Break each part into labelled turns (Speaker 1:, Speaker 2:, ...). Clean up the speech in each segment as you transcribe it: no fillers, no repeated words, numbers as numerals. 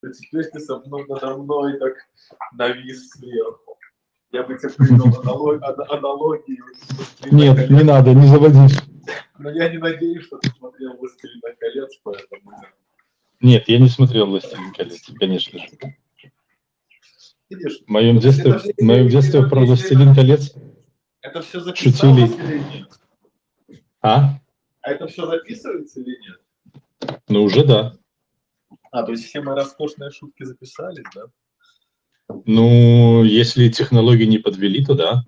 Speaker 1: Теперь ты со мной надо мной так навис сверху. Я бы тебе привел аналогию.
Speaker 2: Нет, не надо, не заводись.
Speaker 1: Но я не надеюсь, что ты смотрел «Властелина колец», поэтому...
Speaker 2: Нет, я не смотрел «Властелин колец», конечно же.
Speaker 1: Видишь,
Speaker 2: В моем детстве про «Властелин колец»
Speaker 1: это все
Speaker 2: шутили.
Speaker 1: записалось или нет?
Speaker 2: А
Speaker 1: это все записывается или нет?
Speaker 2: Ну, уже да.
Speaker 1: То есть все мои роскошные шутки записались, да?
Speaker 2: Ну, если технологии не подвели, то да.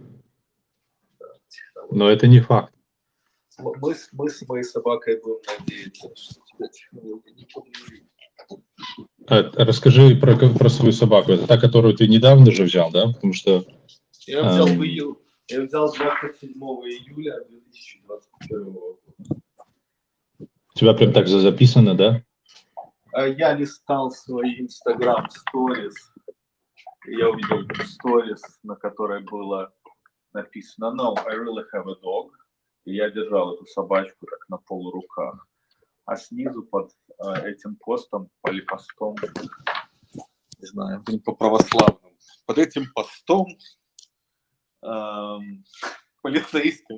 Speaker 2: Но это не факт.
Speaker 1: Мы с моей собакой будем надеяться, что тебя технологии не подвели.
Speaker 2: Расскажи про свою собаку. Это та, которую ты недавно же взял, да? Потому что...
Speaker 1: Я взял 27 июля 2021 года.
Speaker 2: У тебя прям так записано, да?
Speaker 1: Я листал свои Instagram stories. Я увидел stories, на которой было написано «No, I really have a dog». И я держал эту собачку так на полуруках. А снизу под этим постом, полипостом, не знаю, по православному, под этим постом полицейским,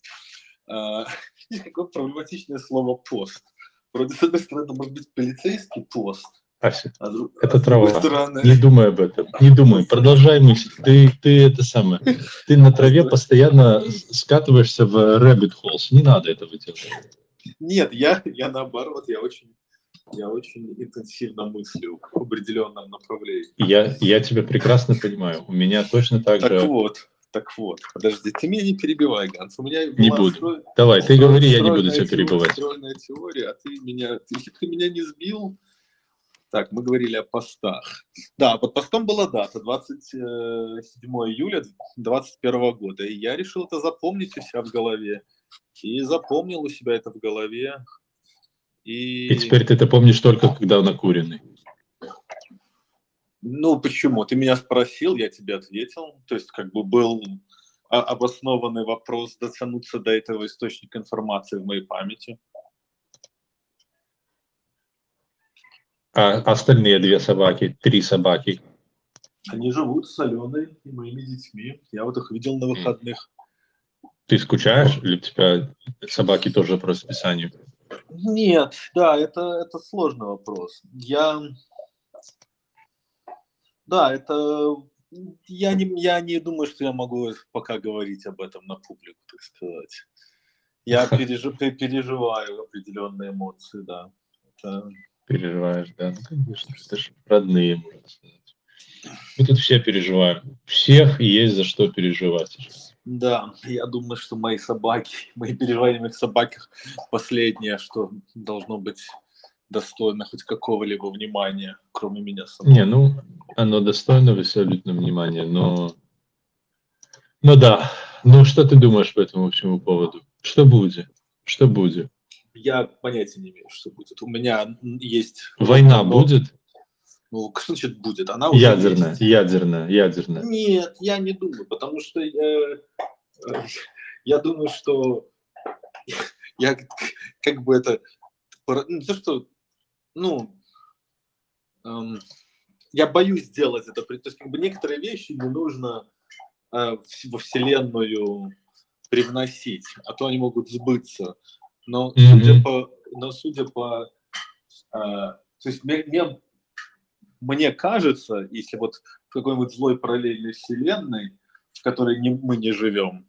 Speaker 1: какое проблематичное слово «пост». Вроде, с одной стороны, это может быть полицейский пост.
Speaker 2: Ася,
Speaker 1: А
Speaker 2: это трава.
Speaker 1: стороны...
Speaker 2: Не думай об этом. Не думай. Продолжай мысль. Ты это самое. Ты на траве постоянно скатываешься в rabbit holes. Не надо этого делать.
Speaker 1: Нет, я наоборот, я очень интенсивно мыслю в определенном направлении.
Speaker 2: Я тебя прекрасно понимаю. У меня точно так же...
Speaker 1: Так вот, подожди, ты меня не перебивай, Ганс. У меня
Speaker 2: не буду. Давай, ты говори, я не буду тебя перебивать.
Speaker 1: Стройная теория, а ты меня не сбил. Так, мы говорили о постах. Да, под постом была дата, 27 июля 2021 года. И я решил это запомнить у себя в голове. И запомнил у себя это в голове.
Speaker 2: И теперь ты это помнишь только, когда накуренный.
Speaker 1: Ну, почему? Ты меня спросил, я тебе ответил. То есть, как бы был обоснованный вопрос дотянуться до этого источника информации в моей памяти.
Speaker 2: А остальные 2 собаки, 3 собаки?
Speaker 1: Они живут с Аленой и моими детьми. Я вот их видел на выходных.
Speaker 2: Ты скучаешь? Или у тебя собаки тоже по расписанию?
Speaker 1: Нет, да, это сложный вопрос. Я не думаю, что я могу пока говорить об этом на публику, так сказать. Я переживаю определенные эмоции, да.
Speaker 2: Переживаешь, да? Ну, конечно, это же родные, можно сказать. Мы тут все переживаем. Всех есть за что переживать.
Speaker 1: Да, я думаю, что мои переживания о моих собаках последнее, что должно быть достойно хоть какого-либо внимания, кроме меня самого.
Speaker 2: Не, ну, оно достойно абсолютно внимания, но... Ну да. Ну, что ты думаешь по этому всему поводу? Что будет? Что будет?
Speaker 1: Я понятия не имею, что будет. У меня есть...
Speaker 2: Война будет?
Speaker 1: Ну, что значит будет? Она уже
Speaker 2: ядерная,
Speaker 1: есть.
Speaker 2: ядерная.
Speaker 1: Нет, я не думаю, потому что я думаю, что я как бы это... Не то, что... я боюсь сделать это. То есть, как бы некоторые вещи не нужно во Вселенную привносить, а то они могут сбыться. Но судя по... то есть мне кажется, если вот в какой-нибудь злой параллельной вселенной, в которой мы не живем,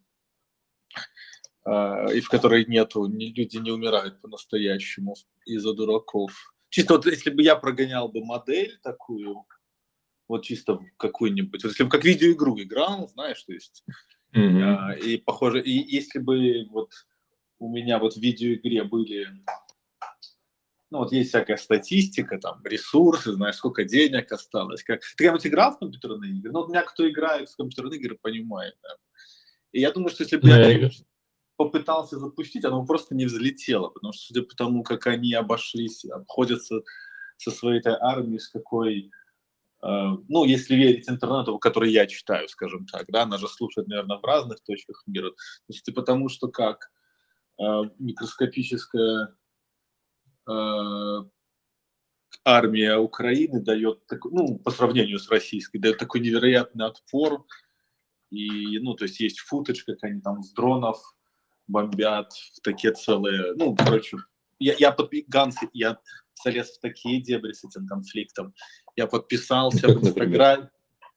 Speaker 1: и в которой люди не умирают по-настоящему из-за дураков. Чисто вот если бы я прогонял бы модель такую, вот чисто какую-нибудь, вот если бы как видеоигру играл, знаешь, то есть, и похоже, и если бы вот у меня вот в видеоигре были, ну вот есть всякая статистика, там, ресурсы, знаешь, сколько денег осталось. Ты когда-нибудь играл в компьютерные игры? Ну, вот у меня кто играет в компьютерные игры, понимает, да. И я думаю, что если бы я попытался запустить, оно просто не взлетело, потому что, судя по тому, как они обходятся со своей этой армией, с какой, ну, если верить интернету, который я читаю, скажем так, да, она же слушает, наверное, в разных точках мира, то есть потому что как микроскопическая армия Украины дает, ну, по сравнению с российской, дает такой невероятный отпор. И, ну, то есть футаж, как они там с дронов бомбят, такие целые, ну, короче, я залез в такие дебри с этим конфликтом. Я подписался
Speaker 2: Как,
Speaker 1: в Инстаграме,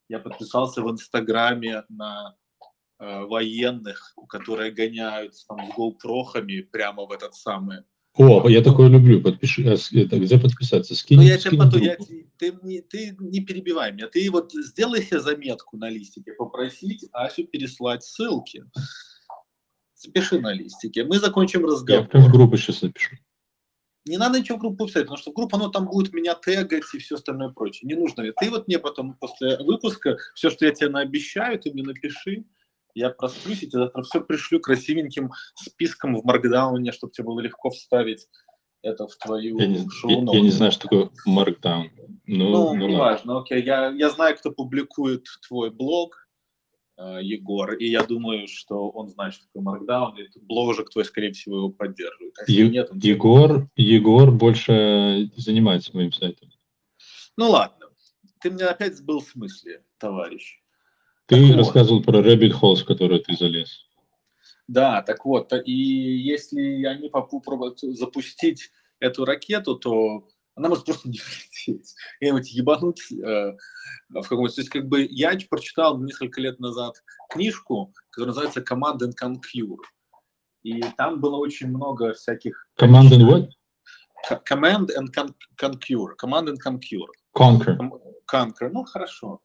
Speaker 1: на военных, которые гоняются там с GoPro-хами прямо в этот самый.
Speaker 2: О, я такое люблю. Подпиши. Где подписаться?
Speaker 1: Ну,
Speaker 2: Скинь в группу.
Speaker 1: ты не перебивай меня. Ты вот сделай себе заметку на листике, попросить Асю переслать ссылки. Запиши на листике. Мы закончим разговор.
Speaker 2: Я прям в группу сейчас напишу.
Speaker 1: Не надо ничего в группу писать, потому что в группу оно там будет меня тегать и все остальное прочее. Не нужно. Ты вот мне потом после выпуска все, что я тебе наобещаю, ты мне напиши. Я просплюсь, и тебе завтра все пришлю красивеньким списком в Маркдауне, чтобы тебе было легко вставить это в твою шоу-ноут.
Speaker 2: Я не знаю, что такое Markdown.
Speaker 1: Ну не важно, окей. Я знаю, кто публикует твой блог, Егор, и я думаю, что он знает, что такое Markdown, и бложек твой, скорее всего, его поддерживает. А если нет, он
Speaker 2: Егор больше занимается моим сайтом.
Speaker 1: Ну ладно, ты мне опять сбыл в смысле, товарищ.
Speaker 2: Ты рассказывал про Rabbit Holes, в который ты залез.
Speaker 1: Да, так вот, и если они попробуют запустить эту ракету, то она может просто не лететь. Где-нибудь ебануть в каком-то... То есть, как бы, я прочитал несколько лет назад книжку, которая называется «Command and Conquer». И там было очень много всяких...
Speaker 2: Command and what?
Speaker 1: Command and Conquer. Command and Conquer. Conquer. Ну, хорошо.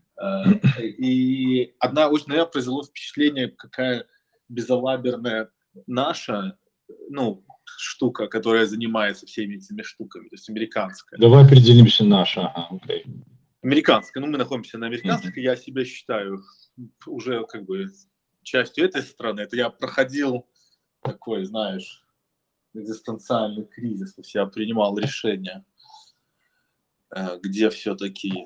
Speaker 1: И наверное, произвело впечатление, какая безалаберная наша, ну, штука, которая занимается всеми этими штуками, то есть американская.
Speaker 2: Давай определимся наша. Окей.
Speaker 1: Американская. Ну, мы находимся на американской. Я себя считаю уже как бы частью этой страны. Это я проходил такой, знаешь, экзистенциальный кризис. То есть я принимал решение, где все-таки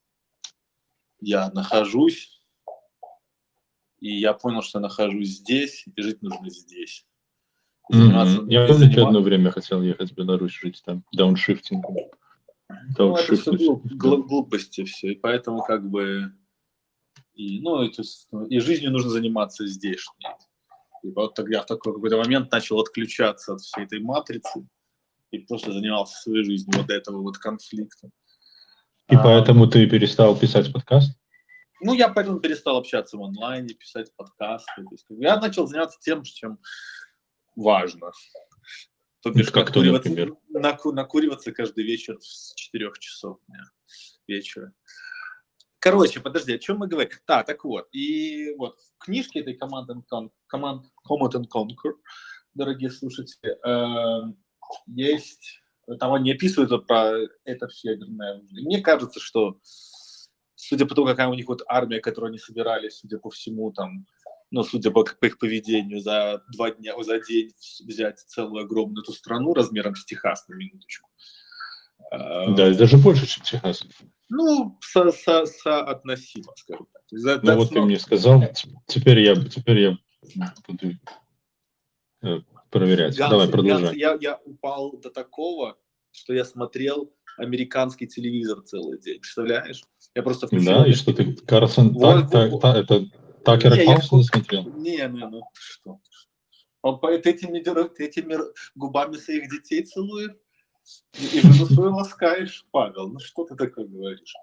Speaker 1: я нахожусь, и я понял, что я нахожусь здесь, и жить нужно здесь.
Speaker 2: Я помню, что одно время хотел ехать в Беларусь, жить там, дауншифтингом.
Speaker 1: Ну, это все глупости все, и поэтому как бы и жизнью нужно заниматься здесь. И вот тогда в такой какой-то момент начал отключаться от всей этой матрицы и просто занимался своей жизнью вот до этого вот конфликта.
Speaker 2: И поэтому ты перестал писать подкаст?
Speaker 1: Ну, я поэтому перестал общаться в онлайне, писать подкасты. То есть, я начал заниматься тем, чем важно. То бишь, накуриваться каждый вечер с 4 часов дня вечера. Короче, подожди, о чем мы говорим? Так вот. И вот в книжке этой Command and Conquer, дорогие слушатели, есть... Там они описывают про это все ядерное оружие. Мне кажется, что судя по тому, какая у них вот армия, которую они собирались, судя по всему, там, ну, судя по их поведению, за 2 дня, за день взять целую огромную эту страну размером с Техас, на минуточку.
Speaker 2: Да, даже больше, чем Техас.
Speaker 1: Ну, соотносимо, скажем так.
Speaker 2: Ну, вот ты мне сказал, теперь я буду проверять. Давай, продолжай.
Speaker 1: Я упал до такого, что я смотрел американский телевизор целый день. Представляешь? Я просто включил...
Speaker 2: Да, и что ты, Карлсон, это Такера Карлсона смотрел?
Speaker 1: Ну что? Ты этими губами своих детей целуешь? И жену свою ласкаешь, Павел? Ну что ты такое говоришь?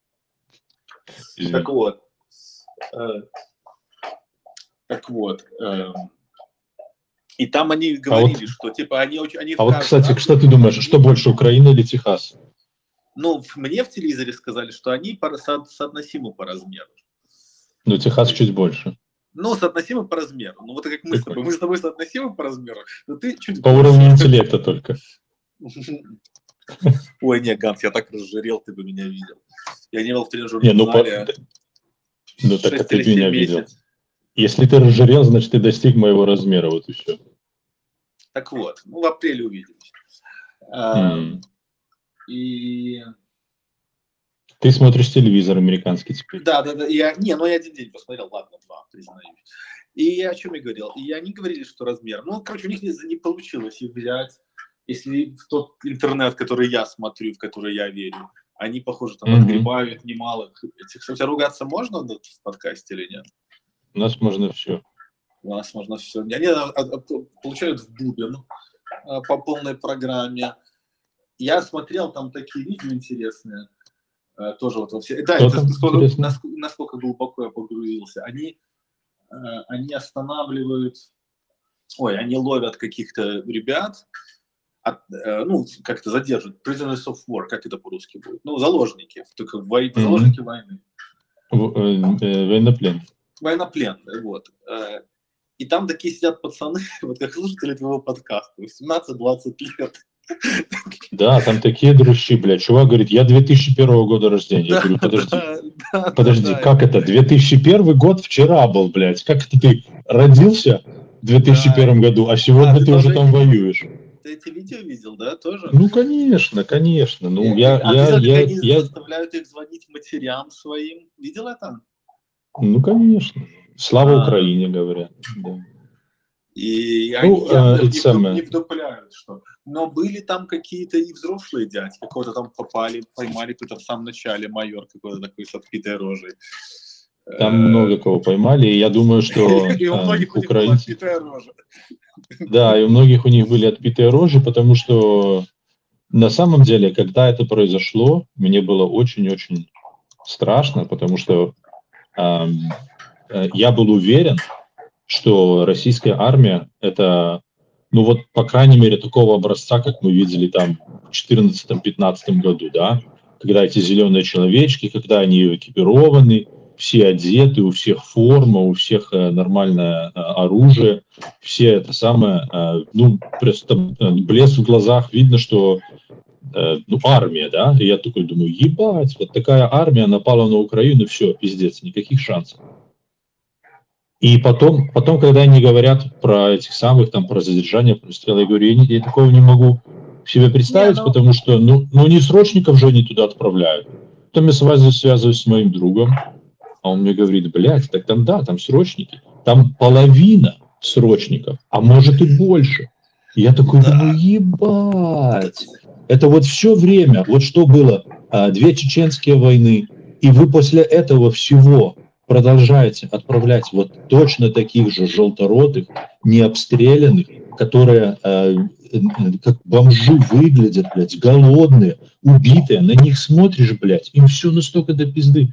Speaker 1: Так вот. И там они говорили, что типа они
Speaker 2: кстати, что ты думаешь, что больше, Украина или Техас?
Speaker 1: Ну, мне в телевизоре сказали, что они соотносимы по размеру.
Speaker 2: Ну, Техас чуть больше.
Speaker 1: Ну, соотносимы по размеру. Ну, вот как мы с тобой. Мы с тобой соотносимы по размеру, но ты чуть
Speaker 2: по уровню интеллекта только.
Speaker 1: Ой, не, Ганс, я так разжирел, ты бы меня видел. Я не был в тренажерном зале.
Speaker 2: Ну, так ты меня видел. Если ты разжирел, значит, ты достиг моего размера, вот и все.
Speaker 1: Так вот, в апреле увидимся. И...
Speaker 2: Ты смотришь телевизор американский теперь.
Speaker 1: Да. Я 1 день посмотрел, ладно, 2, признаюсь. И о чем я говорил? И они говорили, что размер... Ну, короче, у них не получилось их взять если в тот интернет, который я смотрю, в который я верю, они, похоже, там отгребают немало этих... Хотя ругаться можно в подкасте или нет?
Speaker 2: У нас можно все.
Speaker 1: У нас можно все. Они получают в бубен по полной программе. Я смотрел там такие видео интересные. Тоже вот во все... Да, это насколько глубоко я погрузился. Они останавливают... они ловят каких-то ребят, как-то задерживают. Prisoners of war, как это по-русски будет? Заложники. Только заложники войны.
Speaker 2: Военнопленные.
Speaker 1: Военнопленные, вот. И там такие сидят пацаны, вот как слушатели твоего подкаста, 18-20 лет.
Speaker 2: Да, там такие дрыщи, блядь. Чувак говорит, я 2001 года рождения. Я говорю, подожди, как это? 2001 год вчера был, блядь. Как это ты родился в 2001 году, а сегодня ты уже там воюешь?
Speaker 1: Ты эти видео видел, да, тоже?
Speaker 2: Ну, конечно. Ну,
Speaker 1: я заставляют их звонить матерям своим. Видел это?
Speaker 2: Ну, конечно. Слава Украине, говорят. Да.
Speaker 1: И они не вдупляют, что. Но были там какие-то и взрослые дядьки, какого-то там поймали какой-то в самом начале майор какой-то такой с отбитой рожей.
Speaker 2: Там много кого поймали, и я думаю, что
Speaker 1: и у многих
Speaker 2: украинцы...
Speaker 1: отбитая рожа.
Speaker 2: Да, и у многих у них были отбитые рожи, потому что на самом деле, когда это произошло, мне было очень-очень страшно, потому что я был уверен, что российская армия это, по крайней мере, такого образца, как мы видели там в 2014-2015 году, да, когда эти зеленые человечки, когда они экипированы, все одеты, у всех форма, у всех нормальное оружие, все это самое, просто блеск в глазах, видно, что армия, да, и я такой думаю, ебать, вот такая армия напала на Украину, все, пиздец, никаких шансов. И потом, когда они говорят про этих самых, там, про задержание, про стрелы, я говорю, я такого не могу себе представить, потому что, не срочников же они туда отправляют. Потом я связываюсь с моим другом, а он мне говорит, блядь, так там, да, там срочники, там половина срочников, а может и больше. И я такой думаю, ебать. Это вот все время, вот что было, 2 чеченские войны, и вы после этого всего продолжаете отправлять вот точно таких же желторотых, необстрелянных, которые как бомжи выглядят, блядь, голодные, убитые, на них смотришь, блядь, им все настолько до пизды.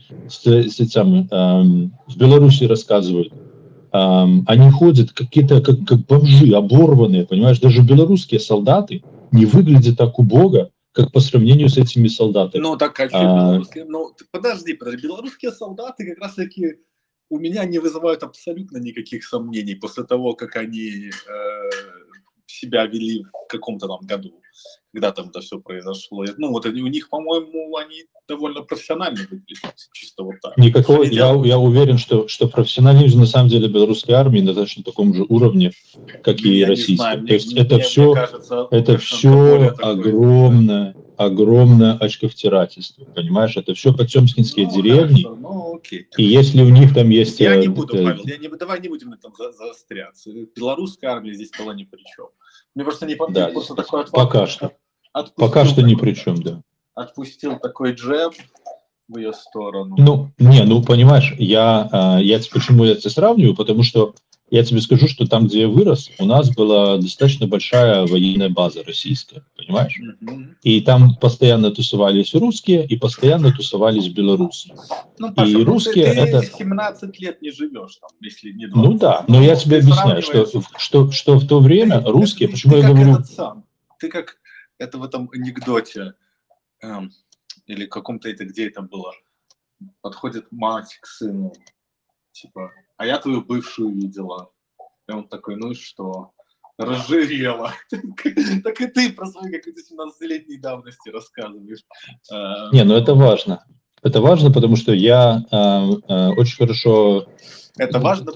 Speaker 2: В Беларуси рассказывают, они ходят какие-то как бомжи, оборванные, понимаешь, даже белорусские солдаты не выглядят так убого, как по сравнению с этими солдатами.
Speaker 1: Так а что белорусские? Подожди, белорусские солдаты как раз таки у меня не вызывают абсолютно никаких сомнений после того, как они себя вели в каком-то там году, когда там это все произошло. У них, по-моему, они довольно профессионально выглядят, чисто вот так.
Speaker 2: Никакого, я уверен, что профессионализм на самом деле белорусской армии на достаточно таком же уровне, как и российской. То есть это все огромное очковтирательство, понимаешь? Это все потемкинские деревни. И если у них там есть...
Speaker 1: Я не буду, Павел, давай не будем на этом заостряться. Белорусская армия здесь была ни при чем. Мне просто не понравилось, такой
Speaker 2: Пока что ни при чем, да.
Speaker 1: Отпустил такой джеб в ее сторону.
Speaker 2: Понимаешь, почему я это сравниваю, потому что я тебе скажу, что там, где я вырос, у нас была достаточно большая военная база российская, понимаешь? И там постоянно тусовались русские и постоянно тусовались белорусы.
Speaker 1: Паша,
Speaker 2: и русские
Speaker 1: ты
Speaker 2: это...
Speaker 1: 17 лет не живешь там, если не 20.
Speaker 2: Да, но я тебе объясняю, что в то время русские, почему я говорю...
Speaker 1: Ты как это в этом анекдоте, или каком-то где это было, подходит мать к сыну, типа, а я твою бывшую видела. И он такой, ну и что? Разжирела. Так и ты про свои какие-то 17-летней давности рассказываешь.
Speaker 2: Это важно. Это важно, потому что я очень хорошо...
Speaker 1: Это важно,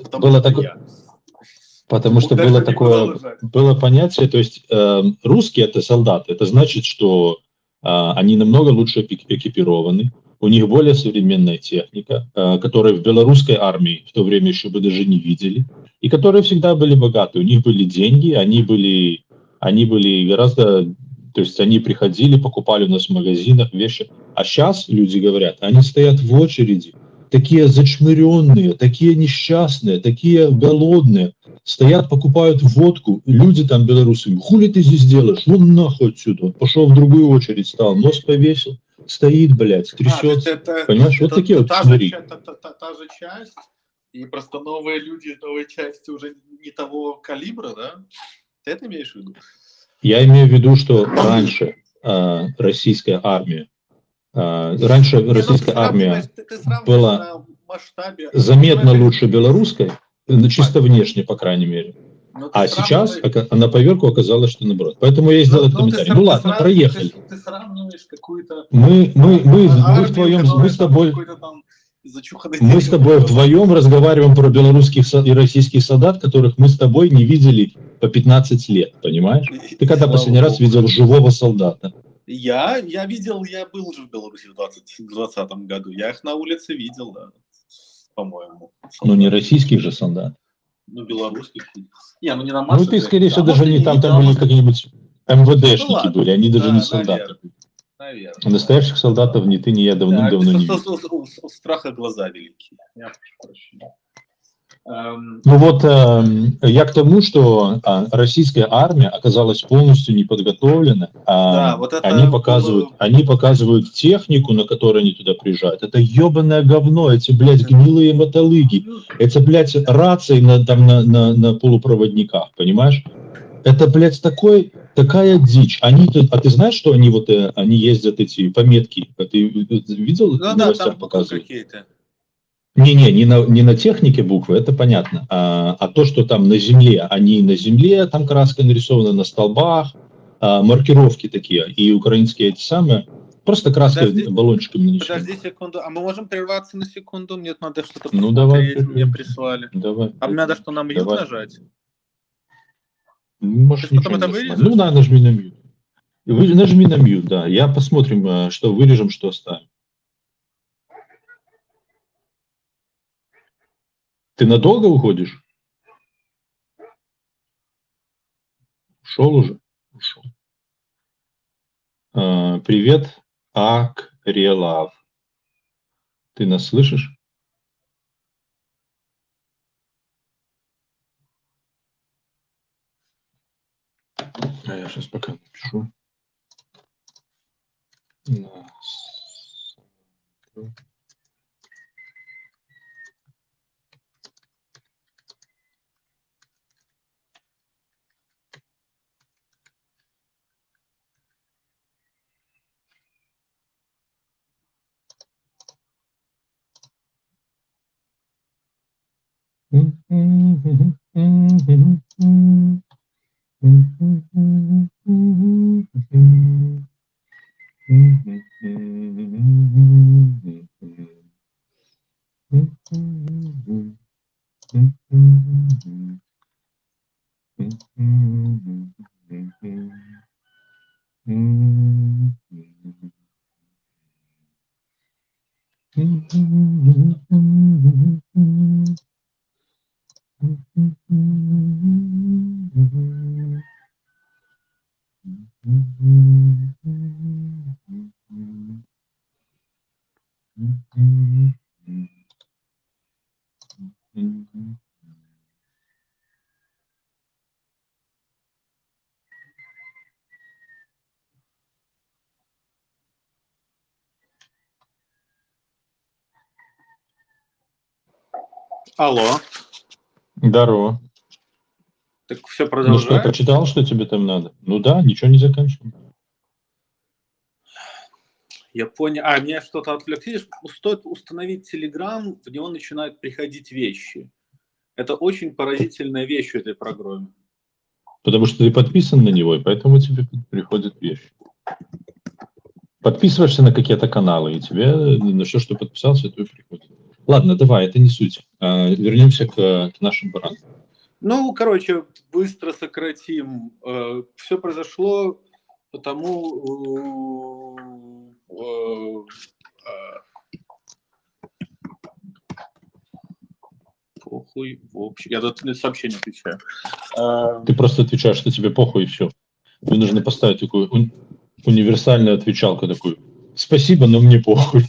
Speaker 1: потому что
Speaker 2: было понятие, то есть русские это солдаты, это значит, что они намного лучше экипированы, у них более современная техника, которую в белорусской армии в то время еще бы даже не видели, и которые всегда были богаты, у них были деньги, они были Они были гораздо... То есть они приходили, покупали у нас в магазинах вещи. А сейчас люди говорят, они стоят в очереди, такие зачмыренные, такие несчастные, такие голодные. Стоят, покупают водку. Люди там, белорусы, хули ты здесь делаешь? Вон нахуй отсюда. Он пошел в другую очередь, стал, нос повесил. Стоит, блядь,
Speaker 1: То есть
Speaker 2: трясется. Понимаешь, вот такие вот
Speaker 1: та
Speaker 2: чмыри.
Speaker 1: та же часть, и просто новые люди из новой части уже не того калибра, да? Ты это имеешь в виду?
Speaker 2: Я имею в виду, что раньше российская армия
Speaker 1: Ты сравниваешь
Speaker 2: была
Speaker 1: на масштабе.
Speaker 2: заметно лучше белорусской, чисто внешне, по крайней мере. А сейчас на поверку оказалось, что наоборот. Поэтому я и сделал этот комментарий. Ну ладно, проехали.
Speaker 1: Ты сравниваешь какую-то...
Speaker 2: Мы вдвоем, мы с тобой вдвоем разговариваем про белорусских и российских солдат, которых мы с тобой не видели по 15 лет, понимаешь? Ты когда последний раз видел живого солдата?
Speaker 1: Я был уже в Беларуси в 2020 году. Я их на улице видел, да, по-моему.
Speaker 2: Ну, не российских же солдат.
Speaker 1: Ну, белорусских. Не, ну не на марше.
Speaker 2: Ну, ты, скорее всего, даже не там были какие-нибудь МВДшники были, они даже не солдаты.
Speaker 1: Наверное.
Speaker 2: Настоящих солдатов ни ты, ни я давным-давно не видел.
Speaker 1: У страха глаза великие. Я прошу прощения.
Speaker 2: Ну вот я к тому, что российская армия оказалась полностью неподготовлена.
Speaker 1: Да, вот это
Speaker 2: они показывают технику, на которой они туда приезжают. Это ебаное говно, эти, блядь, гнилые мотолыги. Это, блядь, рации на полупроводниках, понимаешь? Это, блядь, такая дичь. А ты знаешь, что они ездят эти пометки? Ты видел?
Speaker 1: Ну да, там показывают какие-то.
Speaker 2: Не на технике буквы, это понятно, а то, что там на земле, они на земле, там краска нарисована на столбах, маркировки такие, и украинские эти самые, просто краской баллончиком нанесены.
Speaker 1: Подожди секунду, а мы можем прерваться на секунду? Мне надо что-то
Speaker 2: посмотреть,
Speaker 1: давай, мне прислали.
Speaker 2: Давай.
Speaker 1: А мне надо что, на мьют нажать?
Speaker 2: Можешь ничего не нажимать. Ну да, нажми на мьют. Нажми на мьют, да. Я посмотрим, что вырежем, что оставим. Ты надолго уходишь? Ушел уже? Ушел. Привет, Акрелав. Ты нас слышишь? Я сейчас пока напишу.
Speaker 1: Алло.
Speaker 2: Здорово.
Speaker 1: Так все продолжается?
Speaker 2: Ну что, почитал, что тебе там надо? Ну да, ничего не заканчиваем.
Speaker 1: Я понял. Меня что-то отвлекло. Видишь, стоит установить Telegram, в него начинают приходить вещи. Это очень поразительная вещь в этой программе.
Speaker 2: Потому что ты подписан на него, и поэтому тебе приходят вещи. Подписываешься на какие-то каналы, и тебе на все, что подписался, то и приходит. Ладно, давай, это не суть. Вернемся к нашим баранам.
Speaker 1: Ну, короче, быстро сократим. Все произошло потому... Похуй, в общем. Я тут сообщение отвечаю.
Speaker 2: Ты просто отвечаешь, что тебе похуй, и все. Мне нужно поставить такую универсальную отвечалку такую. Спасибо, но мне похуй.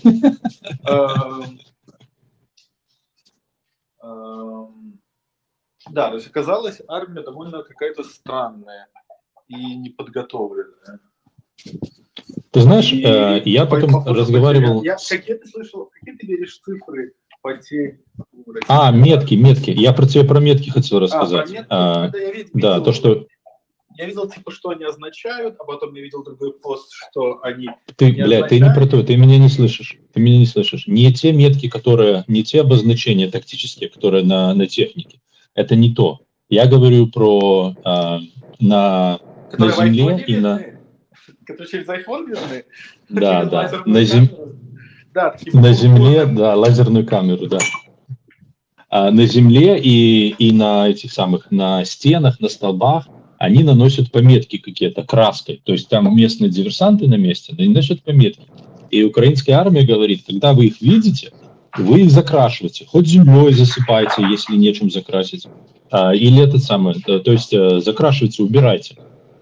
Speaker 1: Да, то есть оказалось, армия довольно какая-то странная и неподготовленная.
Speaker 2: Ты знаешь, я потом разговаривал...
Speaker 1: Какие ты слышал, какие ты веришь цифры потерь?
Speaker 2: Метки. Я про тебя про метки хотел рассказать. Да, то, что...
Speaker 1: Я видел, типа, что они означают, а потом я видел другой пост, что они
Speaker 2: ты не про то, ты меня не слышишь. Не те метки, не те обозначения тактические, которые на технике. Это не то. Я говорю про на земле и на...
Speaker 1: Которые через iPhone видны?
Speaker 2: Да. На земле, да, лазерную камеру, да. На земле и на этих самых, на стенах, на столбах они наносят пометки какие-то краской. То есть там местные диверсанты на месте, они наносят пометки. И украинская армия говорит, когда вы их видите, вы их закрашиваете. Хоть землей засыпайте, если нечем закрасить. Или то есть закрашивайте, убирайте.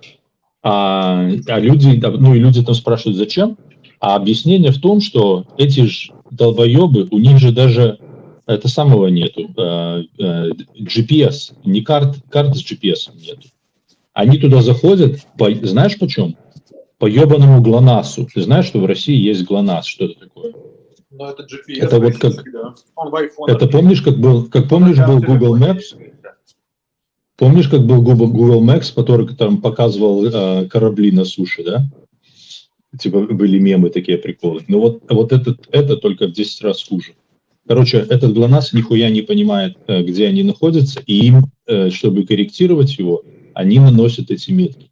Speaker 2: Люди там спрашивают, зачем? А объяснение в том, что эти же долбоебы, у них же даже самого нету. GPS, не карт с GPS нету. Они туда заходят, знаешь почем? По ебаному ГЛОНАССу. Ты знаешь, что в России есть ГЛОНАСС? Что это такое?
Speaker 1: Ну, это GPS.
Speaker 2: Это вот как...
Speaker 1: Да. Он в iPhone.
Speaker 2: Это помнишь, был Google Maps? Помнишь, как был Google Maps, который там показывал корабли на суше, да? Типа были мемы такие приколы. Но вот это только в 10 раз хуже. Короче, этот ГЛОНАСС нихуя не понимает, где они находятся, и им, чтобы корректировать его, они наносят эти метки.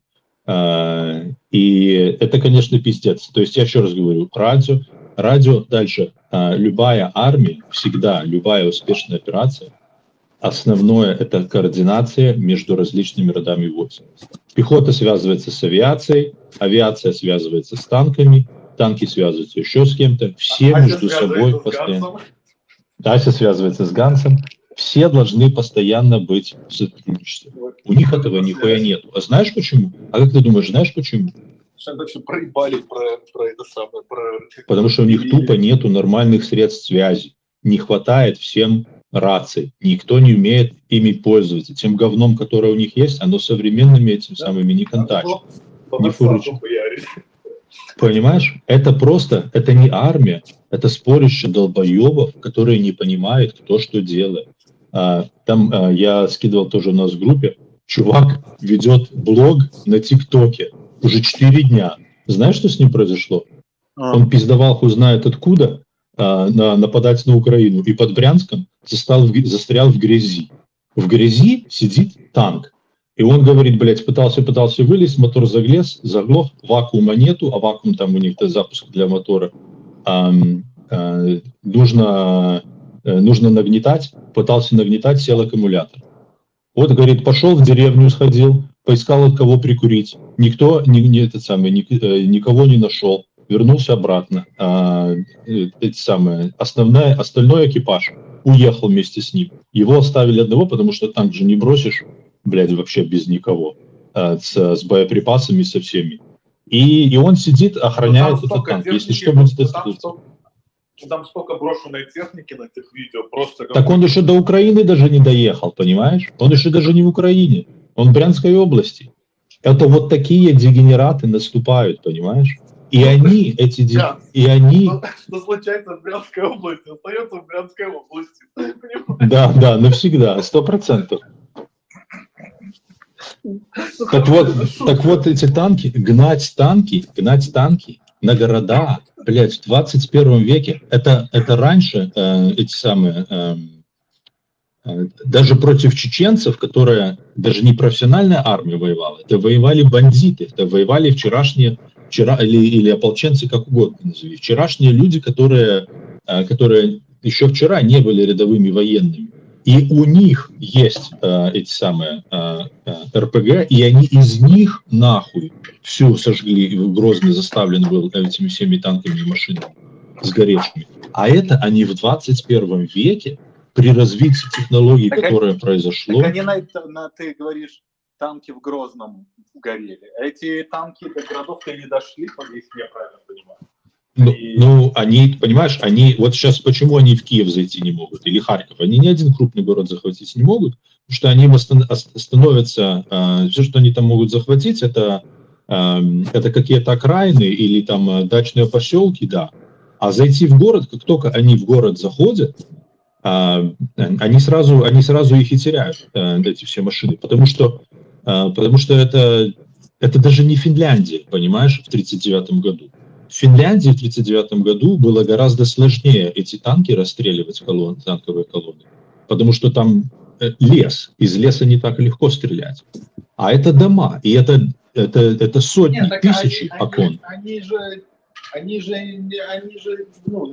Speaker 2: И это, конечно, пиздец. То есть я еще раз говорю, радио дальше. Любая армия, всегда, любая успешная операция, основное – это координация между различными родами войск. Пехота связывается с авиацией, авиация связывается с танками, танки связываются еще с кем-то, все между собой постоянно. Ася связывается с Гансом. Все должны постоянно быть в сотрудничестве. У них этого нихуя нет. А знаешь почему? А как ты думаешь, знаешь почему?
Speaker 1: Проебали про это самое.
Speaker 2: Потому что у них тупо нету нормальных средств связи. Не хватает всем раций. Никто не умеет ими пользоваться. Тем говном, которое у них есть, оно современными этими самыми не контачит. Не фурычит. Понимаешь? Это не армия. Это спорище долбоебов, которые не понимают, кто что делает. Там я скидывал тоже у нас в группе. Чувак ведет блог на ТикТоке уже 4 дня. Знаешь, что с ним произошло? Он пиздовал хуй знает откуда нападать на Украину. И под Брянском застрял в грязи. В грязи сидит танк. И он говорит, блядь, пытался вылезть, мотор заглох, вакуума нету, а вакуум там у них-то запуск для мотора. Нужно нагнетать, пытался нагнетать, сел аккумулятор. Вот, говорит, пошел в деревню, сходил, поискал от кого прикурить. Никого не нашел. Вернулся обратно. Остальной экипаж уехал вместе с ним. Его оставили одного, потому что танк же не бросишь, блядь, вообще без никого. С боеприпасами, со всеми. И он сидит, охраняет этот танк. Если что, будет
Speaker 1: там столько брошенной техники на этих видео. Просто
Speaker 2: так он еще до Украины даже не доехал, понимаешь? Он еще даже не в Украине. Он в Брянской области. Это вот такие дегенераты наступают, понимаешь? И они,
Speaker 1: Что случается в Брянской области, остается в Брянской области.
Speaker 2: Да, навсегда, 100%. Так вот эти танки, гнать танки на города, блядь, в 21 веке, это раньше даже против чеченцев, которые даже не профессиональная армия воевала, это воевали бандиты, это воевали или ополченцы, как угодно назови, вчерашние люди, которые еще вчера не были рядовыми военными. И у них есть РПГ, и они из них нахуй всю сожгли, Грозный заставлен был этими всеми танками и машинами сгоревшими. А это они в 21 веке при развитии технологий, которое произошло...
Speaker 1: Так они ты говоришь, танки в Грозном горели. Эти танки до городов-то не дошли, если я правильно понимаю.
Speaker 2: Ну, они, понимаешь, они, вот сейчас почему они в Киев зайти не могут, или Харьков, они ни один крупный город захватить не могут, потому что они становятся, все, что они там могут захватить, это какие-то окраины или там дачные поселки, да. А зайти в город, как только они в город заходят, они сразу их и теряют, эти все машины, потому что это даже не Финляндия, понимаешь, в 1939 году. В Финляндии в 1939 году было гораздо сложнее эти танки расстреливать, танковые колонны, потому что там лес, из леса не так легко стрелять. А это дома, и это сотни,
Speaker 1: Нет,
Speaker 2: тысячи окон.
Speaker 1: Они же, ну,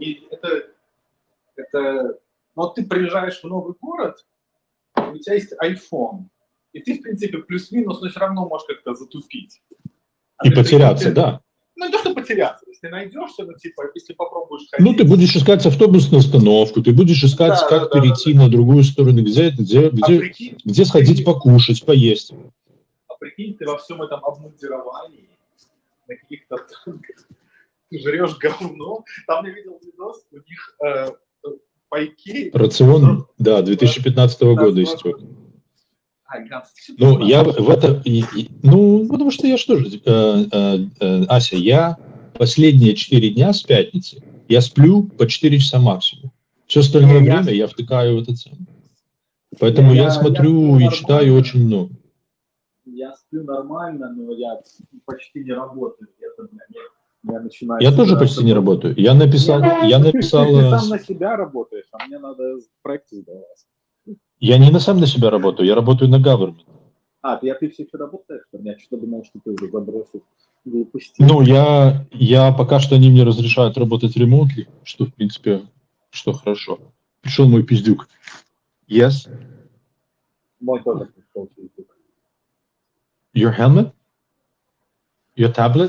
Speaker 1: это, вот ты приезжаешь в новый город, у тебя есть iPhone, и ты, в принципе, плюс-минус, но все равно можешь как-то затупить.
Speaker 2: И потеряться, да.
Speaker 1: Ну, не то, что потеряться. Если найдешься, ну, типа, если попробуешь ходить...
Speaker 2: Ну, ты будешь искать автобусную остановку, ты будешь искать, как перейти на другую сторону, где сходить покушать, поесть.
Speaker 1: А прикинь, ты во всем этом обмундировании, на каких-то танках, ты жрешь говно. Там я видел видос, у них пайки...
Speaker 2: Рацион, да, 2015 года истек. Ну, я в это... Ну, потому что я что же... Ася, я последние 4 дня с пятницы, я сплю по 4 часа максимум. Все остальное время я втыкаю в этот самый. Поэтому я смотрю и читаю очень много.
Speaker 1: Я сплю нормально, но я почти не работаю.
Speaker 2: Я тоже почти не работаю. Я написал...
Speaker 1: Ты сам на себя работаешь, а мне надо проекты сдавать.
Speaker 2: Я не сам на себя работаю, я работаю на government.
Speaker 1: А, ты все еще работаешь? Я что-то думал, что ты уже забросил глупости.
Speaker 2: Ну, я пока что они мне разрешают работать ремонтли, что, в принципе, что хорошо. Пришел мой пиздюк. Yes?
Speaker 1: Мой тоже пришел пиздюк.
Speaker 2: Your helmet? Your tablet?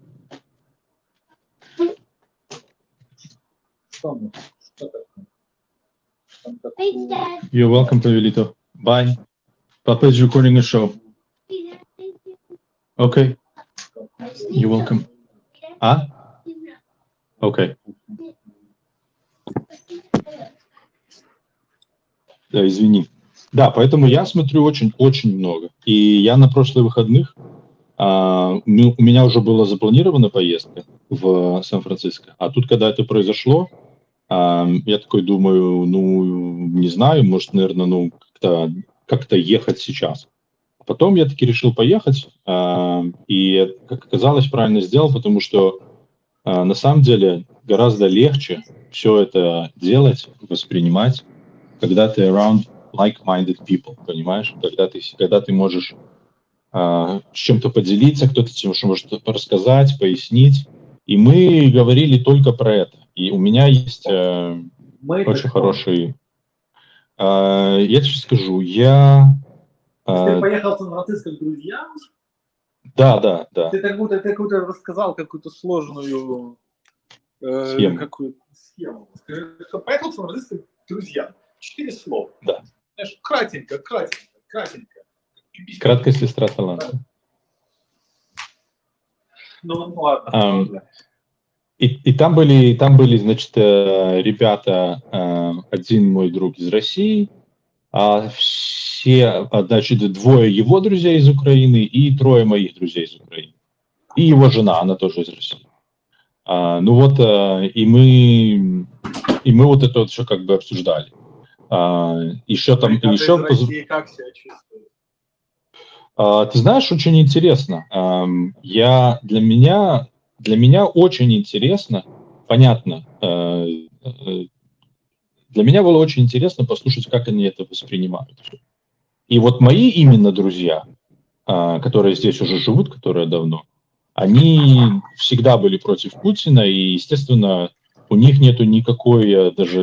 Speaker 1: Что такое?
Speaker 2: You're welcome, Pavelito. Bye. Papa is recording a show. Okay. You're welcome. А? Okay. Да, извини. Да, поэтому я смотрю очень-очень много. И я на прошлых выходных, у меня уже была запланирована поездка в Сан-Франциско. А тут, когда это произошло, я такой думаю, ну, не знаю, может, наверное, ну, как-то ехать сейчас. Потом я таки решил поехать, и, как оказалось, правильно сделал, потому что на самом деле гораздо легче все это делать, воспринимать, когда ты around like-minded people, понимаешь? Когда ты можешь с чем-то поделиться, кто-то тебе может рассказать, пояснить. И мы говорили только про это. И у меня есть очень хороший... я тебе скажу,
Speaker 1: Ты поехал в Сан-Франциско к друзьям?
Speaker 2: Да.
Speaker 1: Ты какую-то рассказал какую-то сложную схему. Ты поехал в Сан-Франциско к друзьям. 4 слова.
Speaker 2: Да.
Speaker 1: Знаешь, кратенько.
Speaker 2: Краткая сестра таланта.
Speaker 1: Ну ладно.
Speaker 2: И там были, значит, ребята, один мой друг из России, значит, 2 его друзей из Украины и 3 моих друзей из Украины. И его жена, она тоже из России. Ну вот, и мы вот это вот все как бы обсуждали. Еще там...
Speaker 1: Из России как себя чувствуешь?
Speaker 2: Ты знаешь, очень интересно. Для меня очень интересно, понятно, для меня было очень интересно послушать, как они это воспринимают. И вот мои именно друзья, которые здесь уже живут, которые давно, они всегда были против Путина, и, естественно, у них нету никакой даже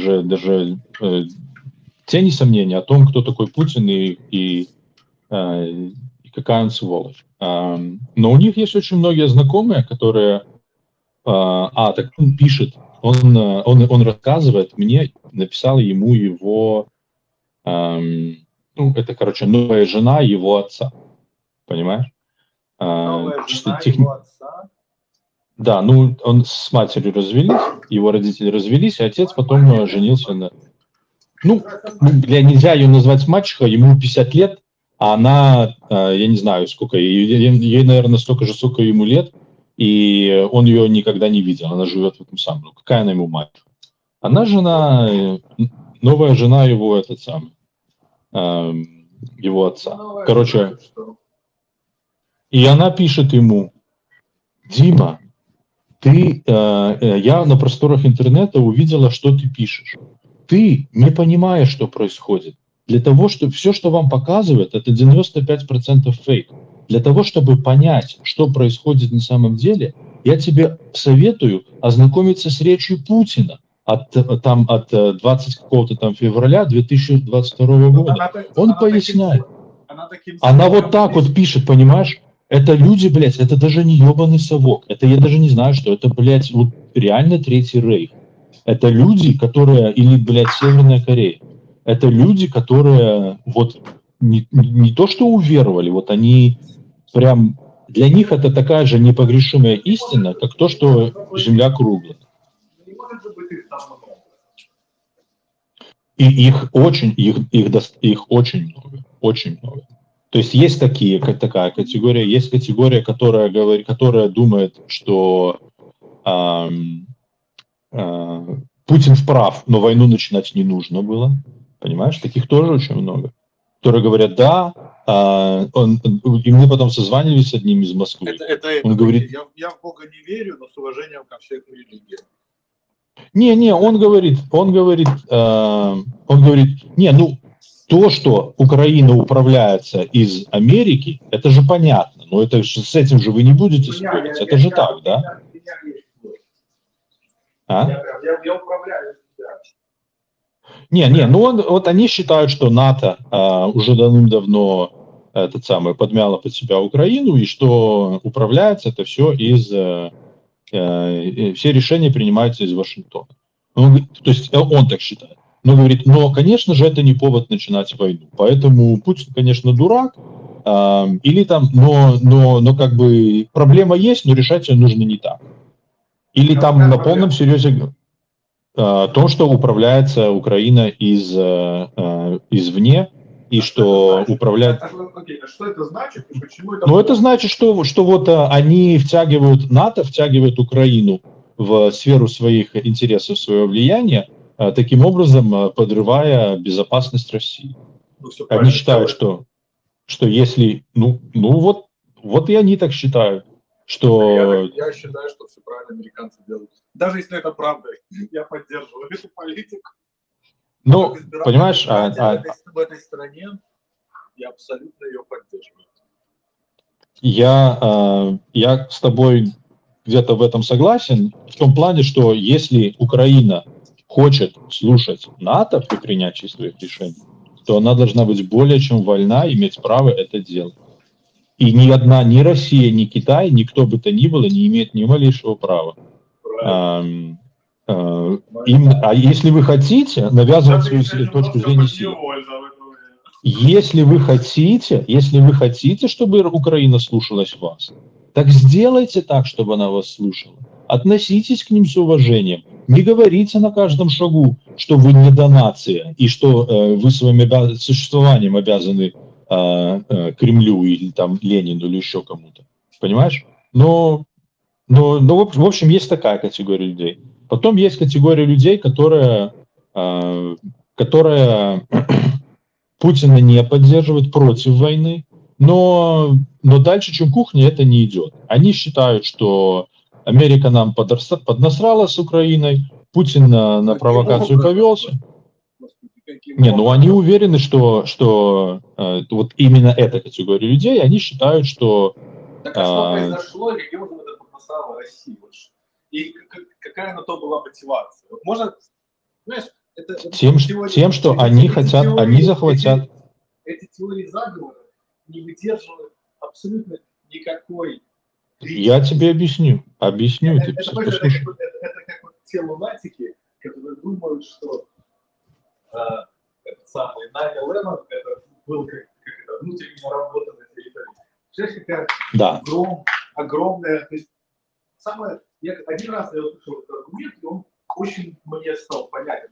Speaker 2: тени сомнения о том, кто такой Путин и какая он сволочь. Но у них есть очень многие знакомые, которые... так он пишет, он рассказывает мне, написал ему его ну, это, короче, новая жена его отца, понимаешь?
Speaker 1: Новая
Speaker 2: Чисто
Speaker 1: жена его отца.
Speaker 2: Да, ну, он с матерью развелись, его родители развелись, и отец потом женился на... Ну, нельзя ее назвать мачехой, ему 50 лет, а она, я не знаю, сколько, ей, наверное, столько же, сколько ему лет, и он ее никогда не видел, она живет в этом самом. Ну, какая она ему мать? Она жена, новая жена его, этот самый, его отца. Короче, и она пишет ему: Дима, я на просторах интернета увидела, что ты пишешь. Ты не понимаешь, что происходит. Для того, чтобы все, что вам показывают, это 95% фейк. Для того, чтобы понять, что происходит на самом деле, я тебе советую ознакомиться с речью Путина от 20 какого-то там февраля 2022 года. Он поясняет. Она вот так вот пишет, понимаешь? Это люди, блядь, это даже не ебаный совок. Это я даже не знаю, что это, блядь, вот реально Третий Рейх. Это люди, которые, или, блядь, Северная Корея. Это люди, которые вот не то что уверовали, вот они прям, для них это такая же непогрешимая истина, как то, что Земля круглая. И их очень, их очень много, очень много. То есть есть такая категория, есть категория, которая думает, что Путин вправ, но войну начинать не нужно было. Понимаешь, таких тоже очень много. Которые говорят, да, и мы потом созванивались с одним из Москвы. Он говорит,
Speaker 1: я в Бога не верю, но с уважением ко всем религиям.
Speaker 2: Не, он говорит, не, ну, то, что Украина управляется из Америки, это же понятно, но это же, с этим же вы не будете спорить, это же так, да?
Speaker 1: Я управляю.
Speaker 2: Не, ну вот они считают, что НАТО уже давным-давно подмяло под себя Украину, и что управляется это все все решения принимаются из Вашингтона. То есть он так считает. Но говорит, но, конечно же, это не повод начинать войну. Поэтому Путин, конечно, дурак, или там, но как бы проблема есть, но решать ее нужно не так. Или там на полном серьезе то, что управляется Украина извне, и что управляет...
Speaker 1: Что это значит и почему это...
Speaker 2: Ну, это значит, что вот они втягивают НАТО, втягивают Украину в сферу своих интересов, своего влияния, таким образом подрывая безопасность России. Они считают, что если... Ну вот и они так считают, что...
Speaker 1: Я считаю, что все правильно американцы делают. Даже если это правда, я поддерживаю эту политику.
Speaker 2: Ну, понимаешь...
Speaker 1: В этой стране я абсолютно ее поддерживаю.
Speaker 2: Я с тобой где-то в этом согласен, в том плане, что если Украина хочет слушать НАТО при принятии своих решений, то она должна быть более чем вольна иметь право это делать. И ни Россия, ни Китай, никто бы то ни было не имеет ни малейшего права. А если вы хотите навязывать свою точку зрения силы, если вы хотите, чтобы Украина слушалась вас, так сделайте так, чтобы она вас слушала. Относитесь к ним с уважением. Не говорите на каждом шагу, что вы не донация, и что вы своим существованием обязаны Кремлю или там Ленину или еще кому-то. Понимаешь? Но в общем, есть такая категория людей. Потом есть категория людей, которая Путина не поддерживает, против войны, но дальше, чем кухня, это не идет. Они считают, что Америка нам поднасрала с Украиной, Путин на провокацию повелся. Не, ну они уверены, что вот именно эта категория людей, они считают, что...
Speaker 1: Так а что произошло, и где вот это поднасрала Россия? И какая на то была мотивация? Вот можно, знаешь,
Speaker 2: тем, что они хотят, они захватят.
Speaker 1: Эти теории заговора не выдерживают абсолютно никакой...
Speaker 2: Я тебе объясню.
Speaker 1: Это как вот те лунатики, которые думают, что этот самый 9/11 это был как это, внутренняя работа на территории. Представляешь, какая
Speaker 2: Да.
Speaker 1: огромная, то есть самое, я один раз я услышал этот аргумент, и он очень мне стал понятен.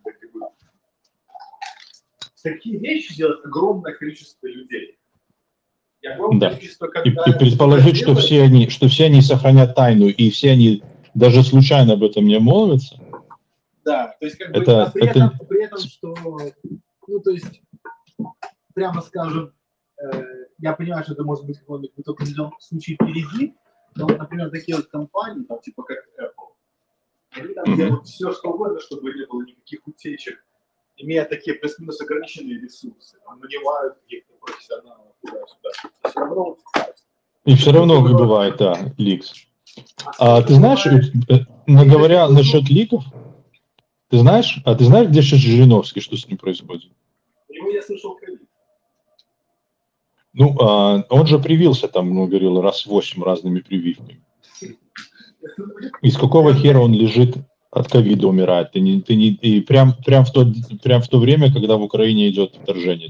Speaker 1: Такие вещи делают огромное количество людей. И огромное количество,
Speaker 2: и предположить, что все они сохранят тайну, и все они даже случайно об этом не обмолвятся.
Speaker 1: Да, то есть как бы, при этом, что, ну, то есть, прямо скажем, я понимаю, что это может быть в определенном случае впереди, но, например, такие вот компании, там, типа как Apple, они там делают все, что угодно, чтобы не было никаких утечек, имея такие плюс-минус ограниченные ресурсы, там, нанимают каких-то профессионалов туда-сюда.
Speaker 2: И все равно бывает, да, ликс. Ты знаешь, говоря насчет ликов, ты знаешь, где сейчас Жириновский, что с ним происходит?
Speaker 1: Я слышал ковид.
Speaker 2: Ну, он же привился там, ну, говорил, раз 8 разными прививками. Из какого хера он лежит от ковида умирает? И прям в то время, когда в Украине идет вторжение.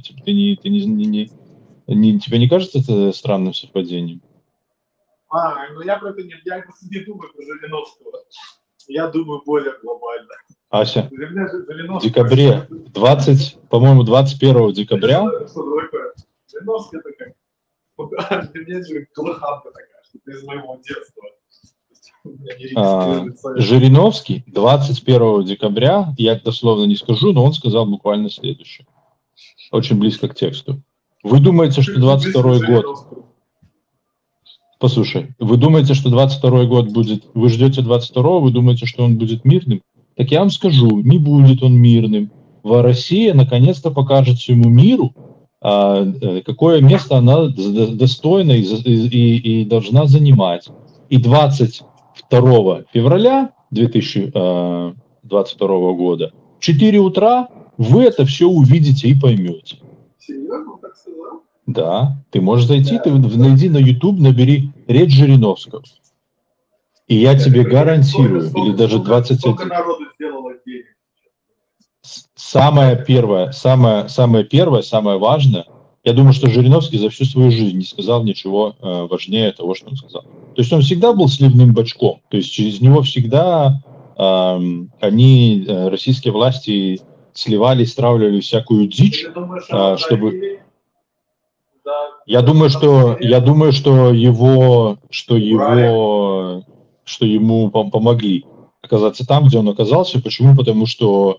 Speaker 2: Тебе не кажется это странным совпадением?
Speaker 1: Ну я просто не думаю про Жириновского. Я думаю более глобально.
Speaker 2: Ася, в декабре, по-моему, 21 декабря...
Speaker 1: Жириновский это как... Для меня же колыханка такая, что из моего детства.
Speaker 2: Жириновский 21 декабря, я дословно не скажу, но он сказал буквально следующее. Очень близко к тексту. Вы думаете, что 22 год... Послушай, вы думаете, что 22 год будет... Вы ждете 22-го, вы думаете, что он будет мирным? Так я вам скажу, не будет он мирным. Россия наконец-то покажет всему миру, какое место она достойна и должна занимать. И 22 февраля 2022 года в 4 утра вы это все увидите и поймете.
Speaker 1: Серьезно, так сказал?
Speaker 2: Да, ты можешь зайти, ты найди на YouTube, набери речь Жириновского. И я тебе гарантирую, или даже 21.
Speaker 1: Сколько народу сделало денег?
Speaker 2: Самое первое, самое важное, я думаю, что Жириновский за всю свою жизнь не сказал ничего важнее того, что он сказал. То есть он всегда был сливным бачком, то есть через него всегда российские власти сливали, стравливали всякую дичь, чтобы... Я думаю, что ему помогли оказаться там, где он оказался. Почему? Потому что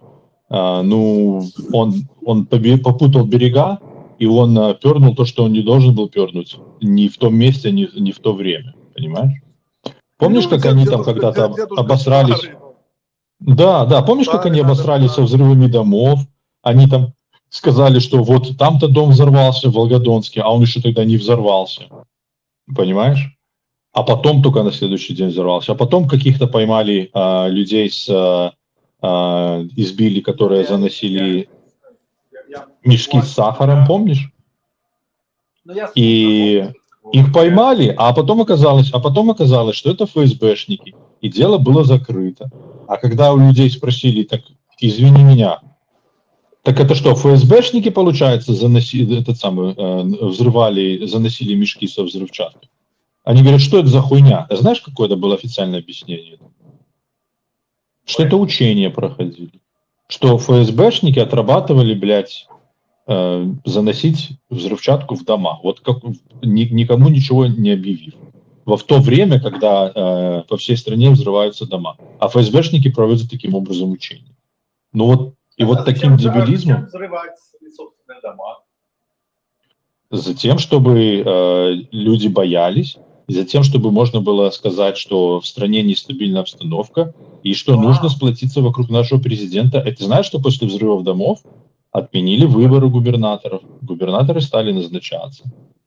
Speaker 2: он попутал берега, и он пернул то, что он не должен был пернуть. Ни в том месте, ни в то время. Понимаешь? Помнишь, как они там когда-то обосрались? Да, помнишь, как они обосрались со взрывами домов? Они там сказали, что вот там-то дом взорвался в Волгодонске, а он еще тогда не взорвался. Понимаешь? А потом только на следующий день взорвался. А потом каких-то поймали людей избили, которые заносили мешки с сахаром, помнишь? И их поймали, а потом оказалось, что это ФСБшники, и дело было закрыто. А когда у людей спросили, так, извини меня, так это что, ФСБшники, получается, заносили мешки со взрывчаткой? Они говорят, что это за хуйня? А знаешь, какое это было официальное объяснение? Что это учения проходили. Что ФСБшники отрабатывали, заносить взрывчатку в дома. Вот как, никому ничего не объявив. В то время, когда по всей стране взрываются дома. А ФСБшники проводят таким образом учения. Ну вот, и вот таким дебилизмом...
Speaker 1: Зачем взрывать собственные дома?
Speaker 2: Затем, чтобы люди боялись, и затем, чтобы можно было сказать, что в стране нестабильная обстановка, и что нужно сплотиться вокруг нашего президента. Ты знаешь, что после взрывов домов отменили выборы губернаторов? Губернаторы стали назначаться.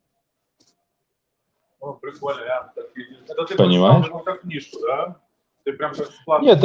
Speaker 1: Прикольно, это ты
Speaker 2: понимаешь?
Speaker 1: Как книжку, да? Ты прям как склад...
Speaker 2: Нет,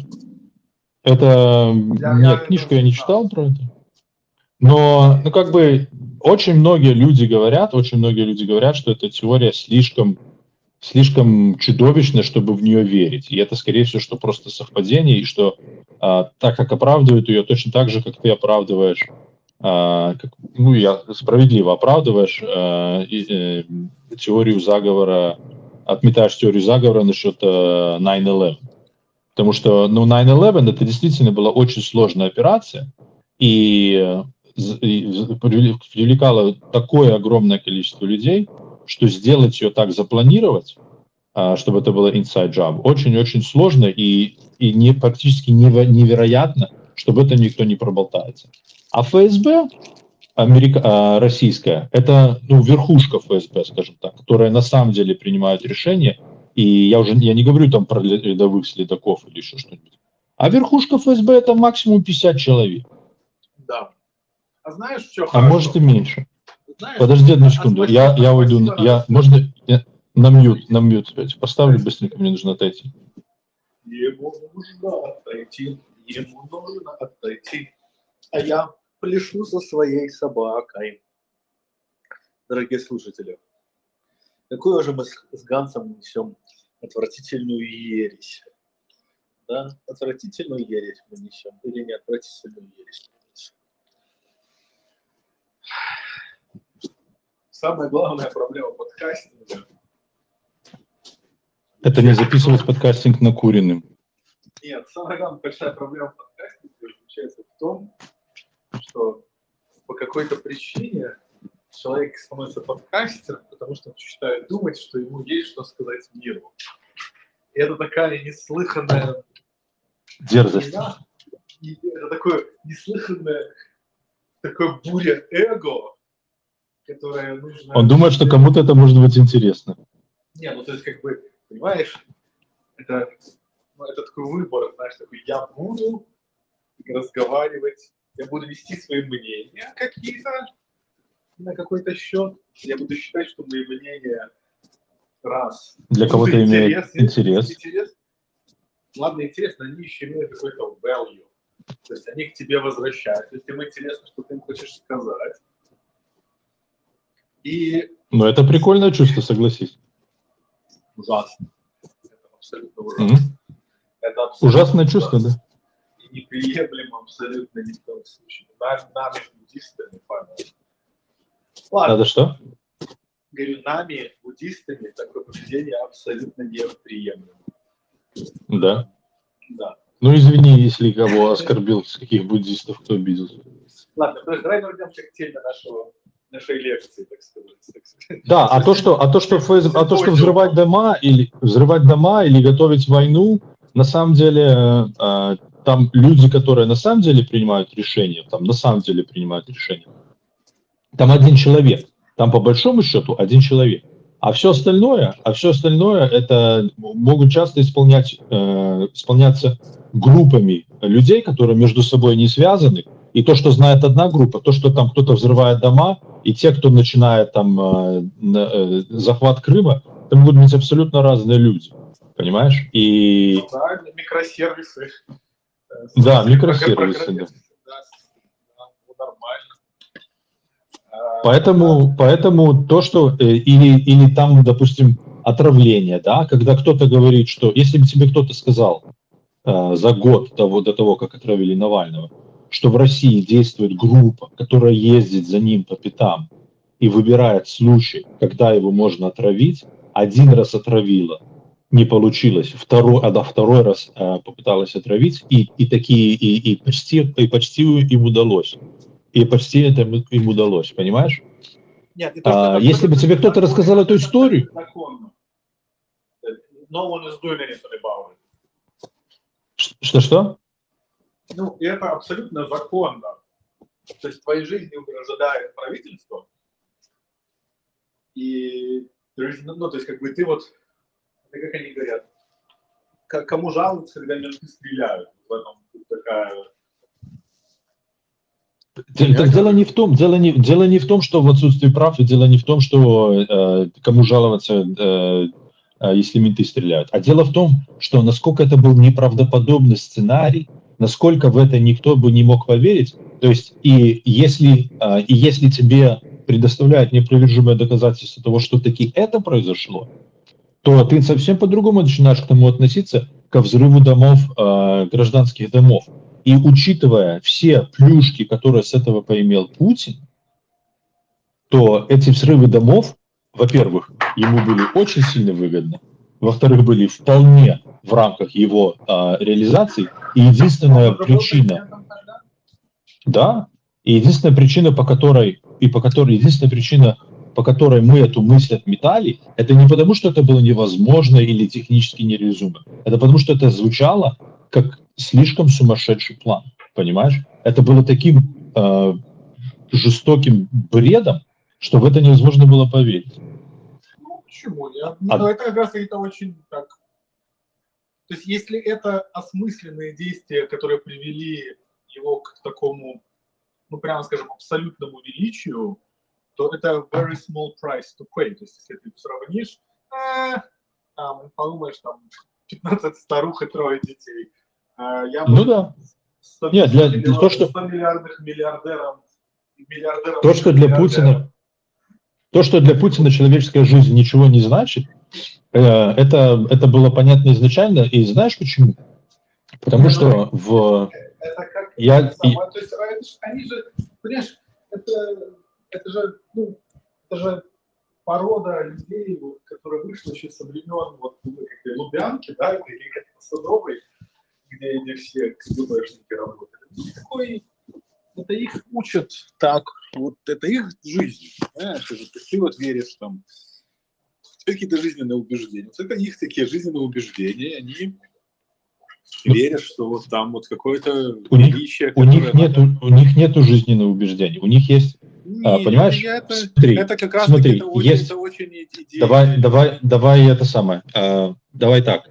Speaker 2: книжку я не читал про это. Но, как бы, очень многие люди говорят, что эта теория слишком чудовищная, чтобы в нее верить. И это, скорее всего, что просто совпадение, и что так как оправдывают ее точно так же, как ты оправдываешь я справедливо оправдываешь теорию заговора, отметаешь теорию заговора насчет 9/11. Потому что, 9/11 это действительно была очень сложная операция, и привлекало такое огромное количество людей, что сделать ее так, запланировать, чтобы это было inside job, очень-очень сложно и практически невероятно, чтобы это никто не проболтается. А ФСБ российская, это верхушка ФСБ, скажем так, которая на самом деле принимает решения, и я не говорю там про рядовых следаков или еще что-нибудь, а верхушка ФСБ это максимум 50 человек.
Speaker 1: Да. А знаешь, что
Speaker 2: хорошо? Может и меньше.
Speaker 1: Знаешь,
Speaker 2: подожди одну секунду, я уйду, можно на мьют опять поставлю быстренько, мне нужно отойти.
Speaker 1: Ему нужно отойти, а я пляшу со своей собакой. Дорогие слушатели, какую же мы с Гансом несем отвратительную ересь? Да? Отвратительную ересь мы несем или не отвратительную ересь? Самая главная проблема подкастинга.
Speaker 2: Это не записывать подкастинг накуренным.
Speaker 1: Нет, самая главная большая проблема подкастинга заключается в том, что по какой-то причине человек становится подкастером, потому что он считает думать, что ему есть что сказать миру. И это такая неслыханная
Speaker 2: дерзость.
Speaker 1: Это такое неслыханное, такое буря эго, которое нужно...
Speaker 2: Он думает, что кому-то это может быть интересно.
Speaker 1: Не, то есть понимаешь, это такой выбор, знаешь, такой, я буду разговаривать, я буду вести свои мнения какие-то на какой-то счет, я буду считать, что мои мнения
Speaker 2: для кого-то имеют интерес.
Speaker 1: Ладно, интересно, они еще имеют какой-то value, то есть они к тебе возвращаются, то есть им интересно, что ты им хочешь сказать.
Speaker 2: Но это прикольное чувство, согласись.
Speaker 1: Ужасно. Это абсолютно ужасно. Это абсолютно
Speaker 2: ужасное чувство, да.
Speaker 1: И неприемлемо абсолютно ни в коем случае. Нами, буддистами, Павел. Ладно.
Speaker 2: Это что?
Speaker 1: Говорю, нами, буддистами, такое поведение абсолютно неприемлемо.
Speaker 2: Да?
Speaker 1: Да.
Speaker 2: Извини, если кого оскорбил, с каких буддистов, кто обиделся.
Speaker 1: Ладно, давай вернемся к теме нашей лекции, так сказать.
Speaker 2: Да, а то, что взрывать дома или готовить войну, на самом деле, там люди, которые на самом деле принимают решения, там один человек, там по большому счету один человек. А все остальное это могут часто исполняться группами людей, которые между собой не связаны. И то, что знает одна группа, то, что там кто-то взрывает дома, и те, кто начинает там захват Крыма, это могут быть абсолютно разные люди, понимаешь? И
Speaker 1: да, микросервисы.
Speaker 2: Да, микросервисы, да.
Speaker 1: Нормально.
Speaker 2: Поэтому то, что или там, допустим, отравление, да, когда кто-то говорит, что если бы тебе кто-то сказал за год до того, как отравили Навального, что в России действует группа, которая ездит за ним по пятам и выбирает случай, когда его можно отравить, один раз отравила, не получилось, второй раз попыталась отравить, и почти им удалось. И почти это им удалось, понимаешь?
Speaker 1: Нет,
Speaker 2: если бы тебе кто-то рассказал эту историю...
Speaker 1: No one is doing anything about it.
Speaker 2: Что?
Speaker 1: И это абсолютно законно. То есть в твоей жизни ожидает правительство. И, то есть ты как они говорят, кому жалуются, когда менты стреляют. В этом такая...
Speaker 2: Дело не в том, что в отсутствии прав, и дело не в том, что кому жаловаться, если менты стреляют. А дело в том, что насколько это был неправдоподобный сценарий, насколько в это никто бы не мог поверить. То есть и если тебе предоставляют неопровержимое доказательство того, что таки это произошло, то ты совсем по-другому начинаешь к тому относиться, ко взрыву домов, гражданских домов. И учитывая все плюшки, которые с этого поимел Путин, то эти взрывы домов, во-первых, ему были очень сильно выгодны, во-вторых, были вполне в рамках его реализации. И единственная причина, да, и единственная причина, единственная причина, по которой мы эту мысль отметали, это не потому, что это было невозможно или технически нереализуемо, это потому, что это звучало как слишком сумасшедший план, понимаешь? Это было таким жестоким бредом, что в это невозможно было поверить.
Speaker 3: Ну, почему? Но это как раз это очень так... То есть, если это осмысленные действия, которые привели его к такому, ну, прямо скажем, абсолютному величию, то это very small price to pay. То есть, если ты сравнишь, там, подумаешь, там, 15 старух и 3 детей. Я
Speaker 2: ну да.
Speaker 3: 100
Speaker 2: Нет, для то, что
Speaker 3: 100 миллиардных миллиардером
Speaker 2: то, что для Путина человеческая жизнь ничего не значит, это было понятно изначально. И знаешь почему? Потому что
Speaker 3: это как... То есть, они же, понимаешь, это же порода людей, вот, которая вышла еще со времен вот, Лубянки, да, или как-то Садовой, где все КГБшники работали. Это их учат так, вот это их жизнь. Понимаешь, ты вот веришь там в какие-то жизненные убеждения. Вот это их такие жизненные убеждения, они верят, что вот там вот какое-то величие,
Speaker 2: у них нету жизненных убеждений. У них есть, понимаешь?
Speaker 3: Это как раз
Speaker 2: смотри,
Speaker 3: это очень
Speaker 2: идея. Давай это самое. Давай так.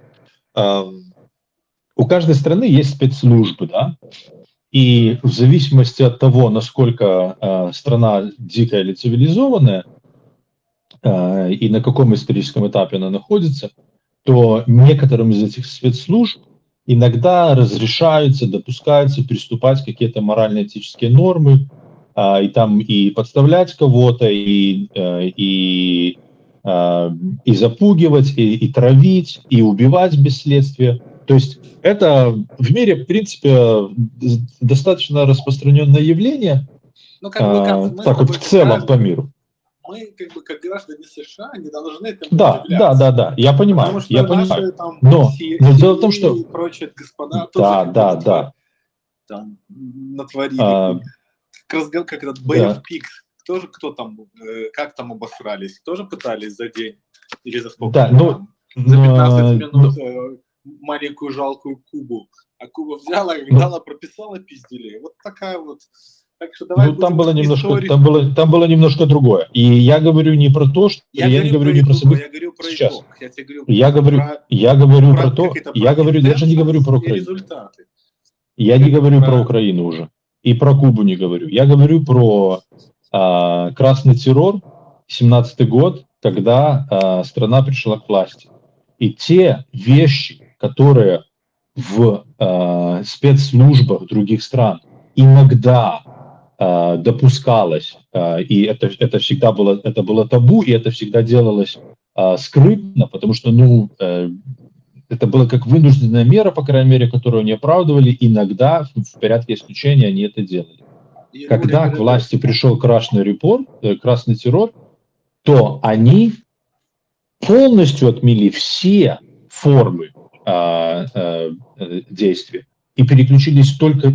Speaker 2: У каждой страны есть спецслужбы, да? И в зависимости от того, насколько страна дикая или цивилизованная, и на каком историческом этапе она находится, то некоторым из этих спецслужб иногда разрешаются, допускаются приступать какие-то морально-этические нормы, и подставлять кого-то, и запугивать, и травить, и убивать без следствия. То есть это в мире, в принципе, достаточно распространенное явление, так вот в целом по миру.
Speaker 3: Мы, как граждане США, не должны этому
Speaker 2: удивляться. Да, я понимаю.
Speaker 3: Потому что
Speaker 2: я
Speaker 3: наши
Speaker 2: понимаю.
Speaker 3: Там,
Speaker 2: но дело в том, что...
Speaker 3: И прочие господа
Speaker 2: тоже
Speaker 3: там натворили. Как этот Bay of Pigs. Кто там, как там обосрались? Тоже пытались за день? Или за сколько?
Speaker 2: Да,
Speaker 3: за 15 минут маленькую жалкую Кубу. А Куба взяла и дала, прописала пиздели. Вот такая вот... Так что давай
Speaker 2: там было немножко другое. И я говорю не про то, что
Speaker 3: я не говорю не про события. Я говорю про
Speaker 2: сейчас.
Speaker 3: Итог. Я тебе говорю
Speaker 2: даже не говорю про Украину.
Speaker 3: Результаты.
Speaker 2: Я не говорю про Украину уже. И про Кубу не говорю. Я говорю про красный террор, 17-й год, когда страна пришла к власти. И те вещи, которые в спецслужбах других стран иногда допускалось, и это всегда было табу, и это всегда делалось скрытно, потому что, это было как вынужденная мера, по крайней мере, которую они оправдывали, иногда в порядке исключения они это делали. Когда к власти пришел красный террор, то они полностью отмели все формы действия и переключились только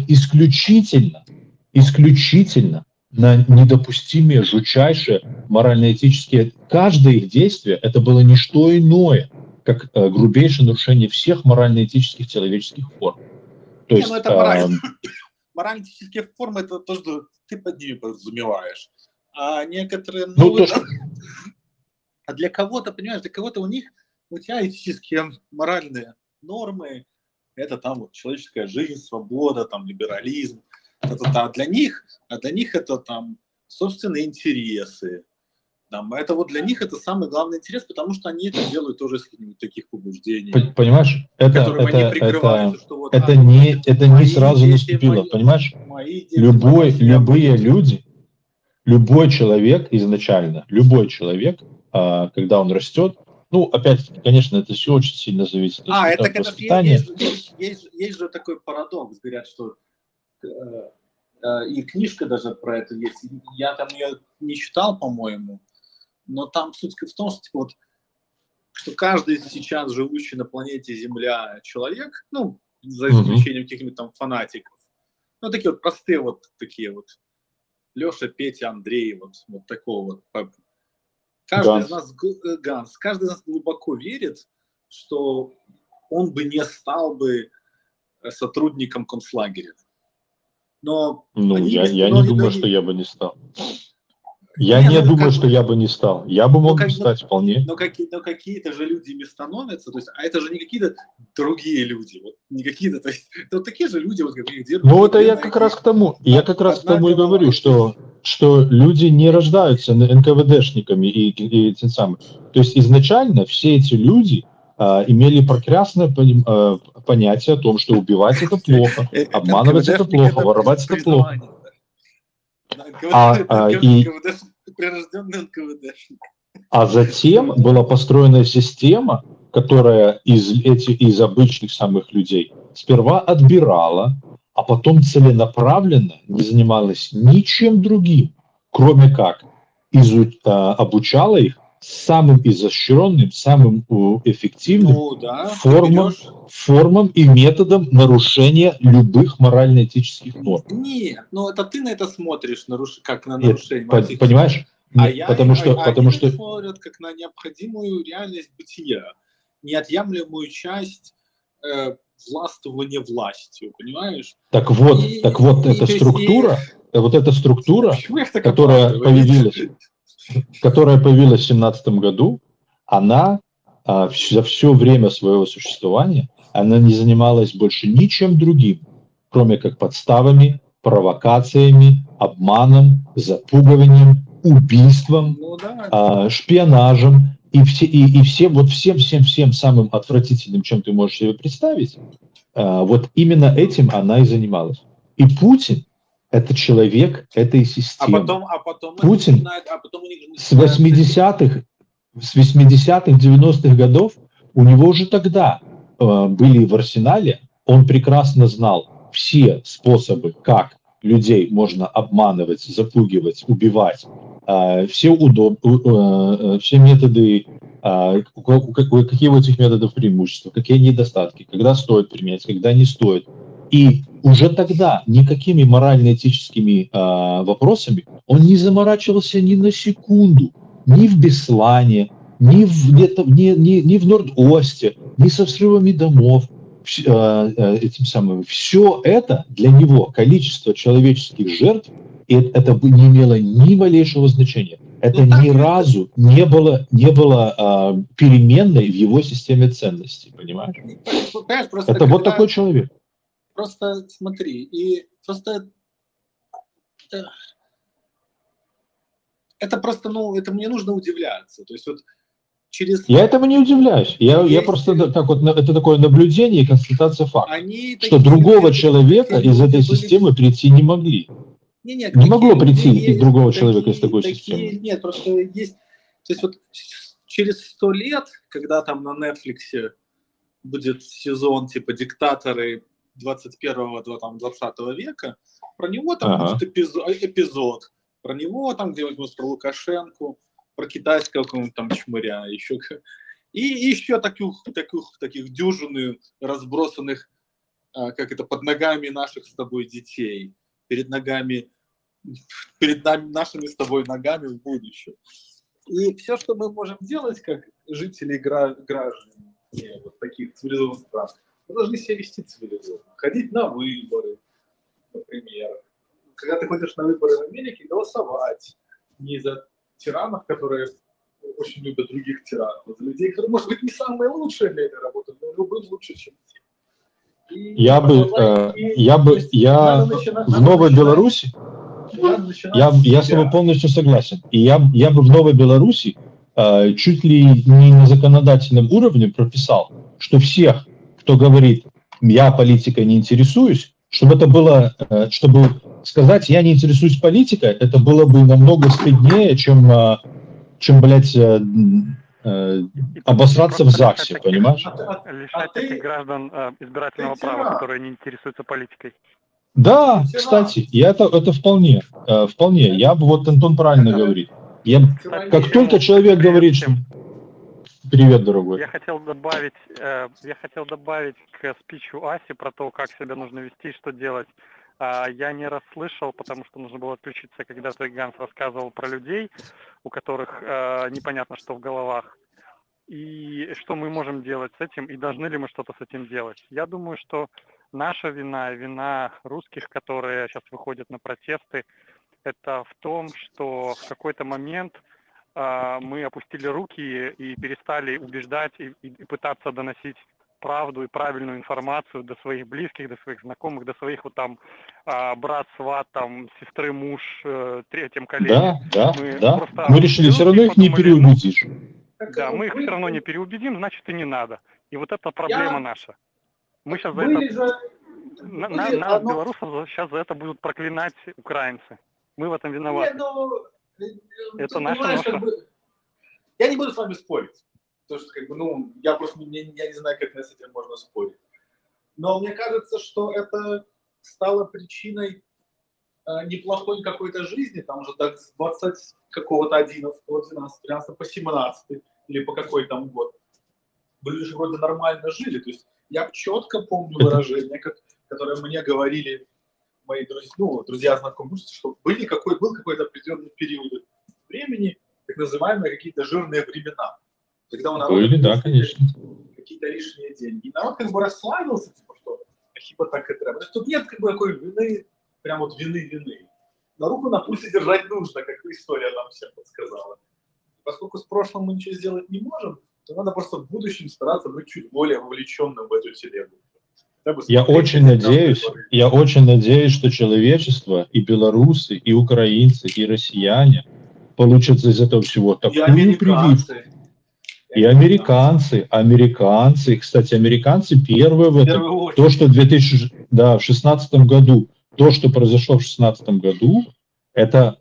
Speaker 2: исключительно на недопустимые, жутчайшие морально-этические. Каждое их действие – это было не что иное, как грубейшее нарушение всех морально-этических человеческих форм. То есть,
Speaker 3: морально-этические формы – это то, что ты под ними подразумеваешь. А некоторые А для кого-то, понимаешь, для кого-то у тебя этические, моральные нормы – это там вот человеческая жизнь, свобода, там либерализм. А для них это там собственные интересы. Это вот для них это самый главный интерес, потому что они это делают тоже из каких-нибудь таких побуждений.
Speaker 2: Понимаешь, это не сразу наступило. Понимаешь, любые люди, любой человек изначально, когда он растет, опять, конечно, это все очень сильно зависит от воспитания.
Speaker 3: Есть же такой парадокс, говорят, что
Speaker 1: И книжка даже про это есть. Я там ее не читал, по-моему, но там суть в том, что, типа, вот, что каждый сейчас живущий на планете Земля человек, ну, за исключением каких-нибудь там фанатиков, ну, такие вот простые вот такие вот Леша, Петя, Андрей, вот такого вот. Каждый из нас, Ганс, каждый из нас глубоко верит, что он бы не стал бы сотрудником концлагеря. Но
Speaker 2: я не думаю, что я бы не стал. Я не думаю, что я бы не стал. Я бы мог стать вполне.
Speaker 1: Но какие-то же люди ими становятся, то есть, а это же не какие-то другие люди, вот, не какие-то, то есть, это вот такие же люди, вот, какие держат.
Speaker 2: Ну, это я как раз к тому, и говорю, что люди не рождаются НКВДшниками и тем самым. То есть изначально все эти люди имели прекрасное понятие о том, что убивать это плохо, обманывать это плохо, воровать это плохо.
Speaker 1: Прирожденный НКВДшник.
Speaker 2: А затем была построена система, которая из обычных самых людей сперва отбирала, а потом целенаправленно не занималась ничем другим, кроме как обучала их самым изощренным, самым эффективным формам и методам нарушения любых морально-этических норм.
Speaker 1: Нет, ну это ты на это смотришь, как на нарушение.
Speaker 2: Понимаешь?
Speaker 1: Потому что смотрят как на необходимую реальность бытия, неотъемлемую часть властвования властью, понимаешь?
Speaker 2: Так вот, эта структура, которая появилась в 2017 году, она за все время своего существования она не занималась больше ничем другим, кроме как подставами, провокациями, обманом, запугиванием, убийством, шпионажем и всем самым отвратительным, чем ты можешь себе представить. Вот именно этим она и занималась. И Путин — это человек этой системы. Путин с 80-х, 90-х годов, у него уже тогда были в арсенале, он прекрасно знал все способы, как людей можно обманывать, запугивать, убивать, все методы, какие у этих методов преимущества, какие недостатки, когда стоит применять, когда не стоит. И уже тогда никакими морально-этическими вопросами он не заморачивался ни на секунду, ни в Беслане, ни в Норд-Осте, ни со взрывами домов. Этим самым. Все это для него, количество человеческих жертв, это бы не имело ни малейшего значения. Это ни разу не было переменной в его системе ценностей, понимаешь? Это вот такой человек.
Speaker 1: Просто смотри, и просто это просто, это мне нужно удивляться. То есть вот
Speaker 2: Я этому не удивляюсь. Я просто так вот, это такое наблюдение и констатация факта, что другого человека из этой системы прийти не могли. Не могло прийти из другого человека из такой системы.
Speaker 1: Нет, просто есть. То есть вот через 100 лет, когда там на Netflix будет сезон типа «Диктаторы 21-20 века», про него там будет эпизод. Про него там где-нибудь про Лукашенко, про китайского какого-нибудь там чмыря, еще таких дюжины разбросанных, под ногами наших с тобой детей, перед нашими с тобой ногами в будущем. И все, что мы можем делать, как жители и граждане вот таких цивилизованных стран, мы должны себя вести цивилизованно, ходить на выборы, например. Когда ты ходишь на выборы в Америке, голосовать не за тиранов, которые очень любят других тиранов, за людей, которые, может быть, не самые лучшие для этой работы, но любым лучше, чем те.
Speaker 2: Я в Новой Беларуси, я с тобой полностью согласен. И я бы в Новой Беларуси чуть ли не на законодательном уровне прописал, что всех, кто говорит, я политикой не интересуюсь, чтобы это было, чтобы сказать, я не интересуюсь политикой, это было бы намного стыднее, чем обосраться в ЗАГСе, понимаешь?
Speaker 4: Лишать этих граждан избирательного права, которые не интересуются политикой.
Speaker 2: Да,
Speaker 3: Тиран.
Speaker 2: кстати, это вполне. Я бы, вот Антон правильно говорит. Как только человек говорит, что... Привет, дорогой.
Speaker 4: Я хотел добавить к спичу Аси про то, как себя нужно вести, что делать. Я не расслышал, потому что нужно было отключиться, когда Ганс рассказывал про людей, у которых непонятно, что в головах. И что мы можем делать с этим, и должны ли мы что-то с этим делать. Я думаю, что наша вина русских, которые сейчас выходят на протесты, это в том, что в какой-то момент мы опустили руки и перестали убеждать и пытаться доносить правду и правильную информацию до своих близких, до своих знакомых, до своих вот там брат, сват, там, сестры, муж, третьем коллеге.
Speaker 2: Да. Мы решили, все равно их не переубедишь.
Speaker 4: Да, мы их все равно не переубедим, значит, и не надо. И вот это проблема наша. Мы сейчас за это... Нас, белорусов, сейчас за это будут проклинать украинцы. Мы в этом виноваты. Это наша ноша.
Speaker 3: Я не буду с вами спорить. Потому что, я просто не знаю, как с этим можно спорить. Но мне кажется, что это стало причиной неплохой какой-то жизни, там уже так с 20 какого-то 11, 12, 13 по 17 или по какой там год. Люди же вроде нормально жили. То есть я четко помню выражение, которое мне говорили мои друзья, знакомые, что был какой-то определенный период времени, так называемые какие-то жирные времена. Когда у народа какие-то лишние деньги. И народ как бы расслабился, типа, что хиба так и треба. Тут нет такой вины, прям вот вины. Но руку на пульсе держать нужно, как история нам всем подсказала. И поскольку с прошлым мы ничего сделать не можем, то надо просто в будущем стараться быть чуть более вовлеченным в эту телегу.
Speaker 2: Я очень надеюсь, что человечество, и белорусы, и украинцы, и россияне получат из этого всего такую прививку. И американцы, кстати, американцы первые в этом. То, что в 2016 году, то, что произошло в 2016 году, это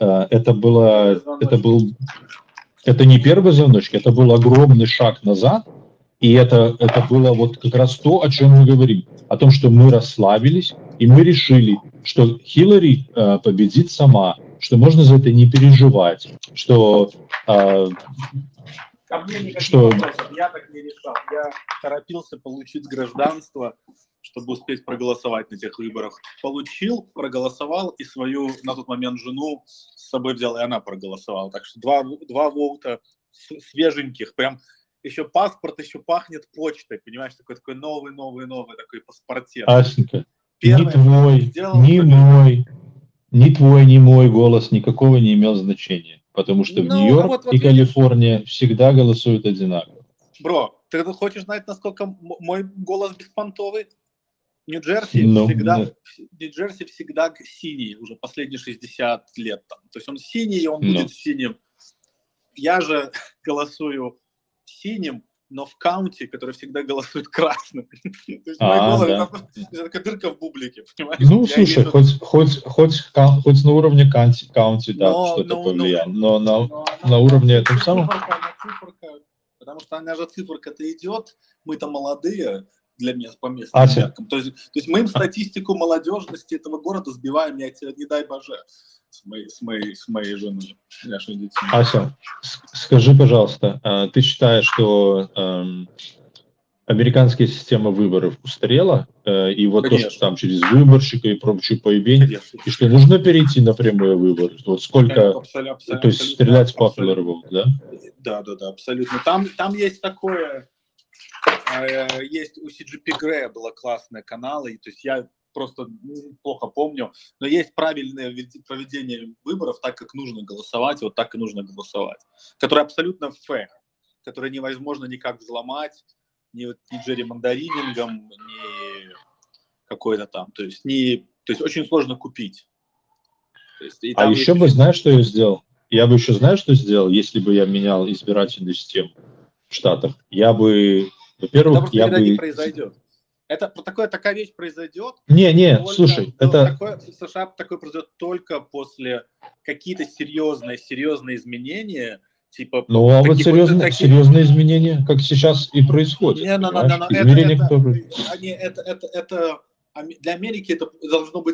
Speaker 2: не первый звоночек, это был огромный шаг назад, и это было вот как раз то, о чем мы говорим, о том, что мы расслабились, и мы решили, что Хиллари победит сама, что можно за это не переживать, что...
Speaker 1: Ко мне никаких вопросов, я так не решал. Я торопился получить гражданство, чтобы успеть проголосовать на тех выборах. Получил, проголосовал, и свою на тот момент жену с собой взял, и она проголосовала. Так что два воута свеженьких, прям еще паспорт, еще пахнет почтой, понимаешь, такой новый такой паспортет.
Speaker 2: Асенька, ни твой, ни мой голос никакого не имел значения. Потому что в Нью-Йорк и Калифорния всегда голосуют одинаково.
Speaker 1: Бро, ты хочешь знать, насколько мой голос беспонтовый? Нью-Джерси всегда синий, уже последние 60 лет. Там. То есть он синий, и он будет синим. Я же голосую синим, но в каунти, который всегда голосует красным. То есть мой голос это такая дырка в бублике, понимаешь?
Speaker 2: Ну, слушай, хоть на уровне каунти, да, что-то повлияло, но на уровне этого самого...
Speaker 1: Потому что она же циферка-то идет, мы-то молодые, для меня по местным меркам. То есть мы им статистику молодежности этого города сбиваем, я тебе не дай боже, с моей женой.
Speaker 2: Ася, скажи, пожалуйста, ты считаешь, что американская система выборов устарела, и вот Конечно. То, что там через выборщика и прочую поебень, и что нужно перейти на прямые выборы? Вот сколько, абсолютно, то есть стрелять в popular vote, да?
Speaker 1: Да, абсолютно. Там есть такое, есть у CGP Grey было классные каналы, то есть я просто плохо помню, но есть правильное проведение выборов, так как нужно голосовать, вот так и нужно голосовать, которое абсолютно fair, которое невозможно никак взломать, ни джерримандерингом, ни какой-то там, то есть очень сложно купить.
Speaker 2: А еще бы, знаешь, что я сделал? Я бы еще, знаешь, что сделал, если бы я менял избирательную систему в Штатах? Я бы, во-первых,
Speaker 1: не произойдет. Такая вещь произойдет.
Speaker 2: Слушай,
Speaker 1: в США такое произойдет только после какие-то серьезные изменения, типа.
Speaker 2: Ну, а вот серьезные изменения, как сейчас и происходит.
Speaker 1: Для Америки это должно быть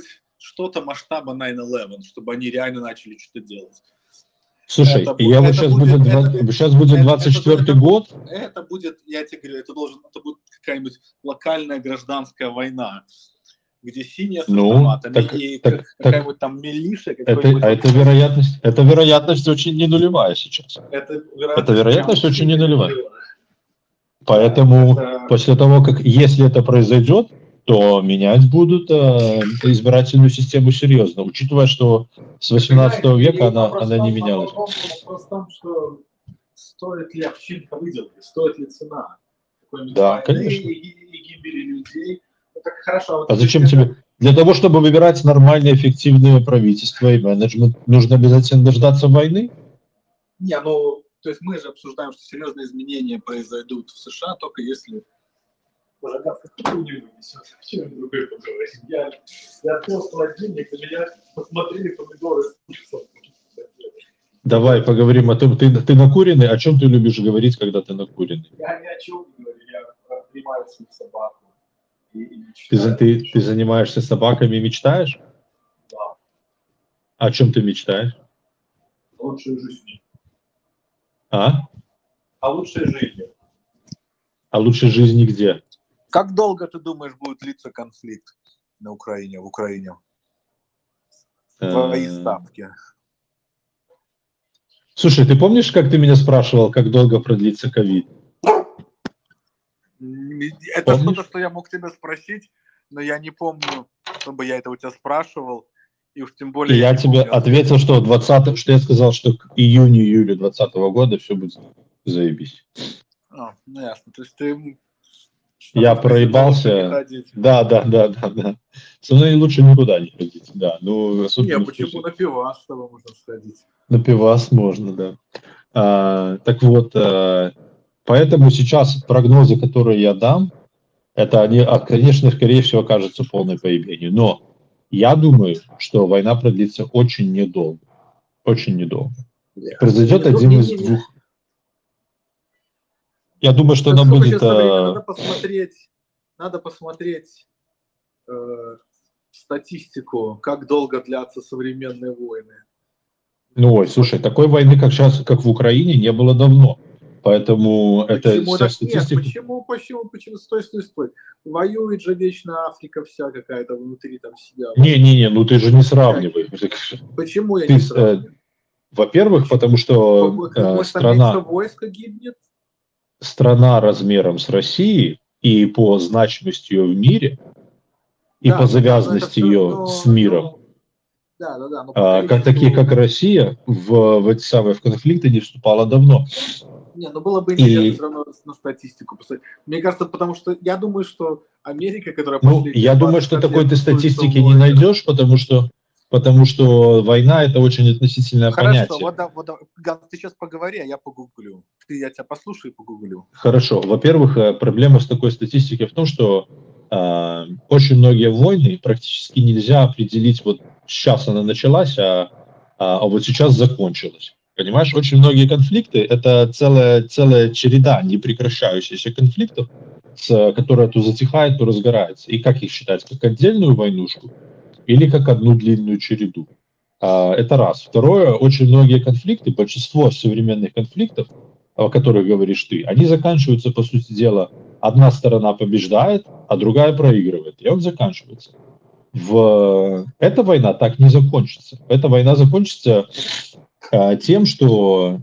Speaker 1: что-то масштаба 9/11, чтобы они реально начали что-то делать.
Speaker 2: Слушай,
Speaker 1: Это
Speaker 2: я вот
Speaker 1: это
Speaker 2: сейчас
Speaker 1: будет-
Speaker 2: будет,
Speaker 1: это-
Speaker 2: сейчас будет 24-й год.
Speaker 1: Это будет, я тебе говорю, это будет какая-нибудь локальная гражданская война, где синие с
Speaker 2: Ну,
Speaker 1: автоматами
Speaker 2: так-
Speaker 1: и
Speaker 2: так-
Speaker 1: какая-нибудь там милиция.
Speaker 2: Это вероятность очень не нулевая сейчас.
Speaker 1: это
Speaker 2: вероятность
Speaker 1: прям
Speaker 2: очень
Speaker 1: сильно
Speaker 2: ненулевая.
Speaker 1: нулевая.
Speaker 2: Поэтому
Speaker 1: Это-
Speaker 2: после того, как, если это произойдет, то менять будут избирательную систему серьезно, учитывая, что с 18 века она не менялась.
Speaker 3: Вопрос в том, что стоит ли овчинка выделки, стоит ли цена какой-нибудь
Speaker 2: Да,
Speaker 3: войны
Speaker 2: конечно.
Speaker 3: и гибели людей. Ну, так хорошо. Вот
Speaker 2: А зачем
Speaker 3: если
Speaker 2: тебе? Для того, чтобы выбирать нормальное, эффективное правительство и менеджмент, нужно обязательно дождаться войны?
Speaker 1: Не, ну, то есть мы же обсуждаем, что серьезные изменения произойдут в США, только если...
Speaker 3: Боже, Гав, какую не вынесет? Чем другой поговорим? Я открыл холодильник, на меня посмотрели помидоры с ужасом.
Speaker 2: Давай поговорим о том, ты накуренный, о чем ты любишь говорить, когда ты накуренный?
Speaker 3: Я ни о чем не говорю, я обнимаю свою собаку. И
Speaker 2: Ты
Speaker 3: мечтаю.
Speaker 2: занимаешься собаками и мечтаешь?
Speaker 3: Да,
Speaker 2: О чем ты мечтаешь?
Speaker 3: о лучшей жизни.
Speaker 2: А?
Speaker 3: О лучшей жизни.
Speaker 2: О лучшей жизни где?
Speaker 1: Как долго, ты думаешь, будет длиться конфликт в Украине? Твои ставки.
Speaker 2: Слушай, ты помнишь, как ты меня спрашивал, как долго продлится ковид?
Speaker 1: Это
Speaker 2: Помнишь?
Speaker 1: что-то, что я мог тебя спросить, но я не помню, чтобы я это у тебя спрашивал. И уж тем более...
Speaker 2: И я
Speaker 1: не
Speaker 2: тебе
Speaker 1: помню.
Speaker 2: ответил, что я сказал, что к июню-июлю 2020 года все будет заебись.
Speaker 1: Ну ясно. То есть ты...
Speaker 2: Я
Speaker 1: Надо
Speaker 2: проебался.
Speaker 1: не ходить.
Speaker 2: Да. Со мной лучше никуда не ходить. Да, ну,
Speaker 1: Не,
Speaker 2: особенно в
Speaker 1: почему
Speaker 2: случае-
Speaker 1: на пивас с тобой можно сходить?
Speaker 2: На пивас можно, да. Так вот, поэтому сейчас прогнозы, которые я дам, это они, конечно, скорее всего, окажутся полной поебенью. Но я думаю, что война продлится очень недолго. Очень недолго. Произойдет один из двух. Я думаю, что она
Speaker 1: Сколько
Speaker 2: будет...
Speaker 1: сейчас времени? Надо посмотреть статистику, как долго длятся современные войны.
Speaker 2: Ну, ой, слушай, такой войны, как сейчас, как в Украине, не было давно. Поэтому это
Speaker 1: Почему
Speaker 2: вся
Speaker 1: так нет?
Speaker 2: статистика...
Speaker 1: Почему? Стой. Воюет же вечно Африка вся какая-то внутри там себя.
Speaker 2: Не, ну ты же не сравнивай.
Speaker 1: Почему я
Speaker 2: Ты,
Speaker 1: не сравниваю?
Speaker 2: Во-первых, потому что
Speaker 1: Может, там меньше
Speaker 2: страна
Speaker 1: войска гибнет?
Speaker 2: размером с Россией и по значимости ее в мире, и
Speaker 1: Да,
Speaker 2: по
Speaker 1: но
Speaker 2: завязанности
Speaker 1: это всё,
Speaker 2: ее
Speaker 1: но-
Speaker 2: с миром,
Speaker 1: но- Да. но
Speaker 2: как такие, как Россия, в эти самые в конфликты не вступала давно.
Speaker 1: Не, ну было бы интересно
Speaker 2: И-
Speaker 1: все равно на статистику посмотреть. Мне кажется, потому что я думаю, что Америка, которая
Speaker 2: Ну,
Speaker 1: последние
Speaker 2: я думаю,
Speaker 1: 20
Speaker 2: что
Speaker 1: лет
Speaker 2: такой ты
Speaker 1: тусуется
Speaker 2: статистики
Speaker 1: в
Speaker 2: не
Speaker 1: войнах.
Speaker 2: найдешь, потому что война это очень относительное
Speaker 1: Хорошо,
Speaker 2: понятие.
Speaker 1: вот, Ган, ты сейчас поговори, а я погуглю. Я тебя послушаю и погуглю.
Speaker 2: Хорошо. Во-первых, проблема с такой статистикой в том, что очень многие войны практически нельзя определить, вот сейчас она началась, а вот сейчас закончилась. Понимаешь, очень многие конфликты – это целая череда непрекращающихся конфликтов, которая то затихает, то разгорается. И как их считать? Как отдельную войнушку или как одну длинную череду? Это раз. Второе, очень многие конфликты, большинство современных конфликтов, о которых говоришь ты, они заканчиваются, по сути дела, одна сторона побеждает, а другая проигрывает, и он заканчивается. Эта война так не закончится. Эта война закончится тем, что,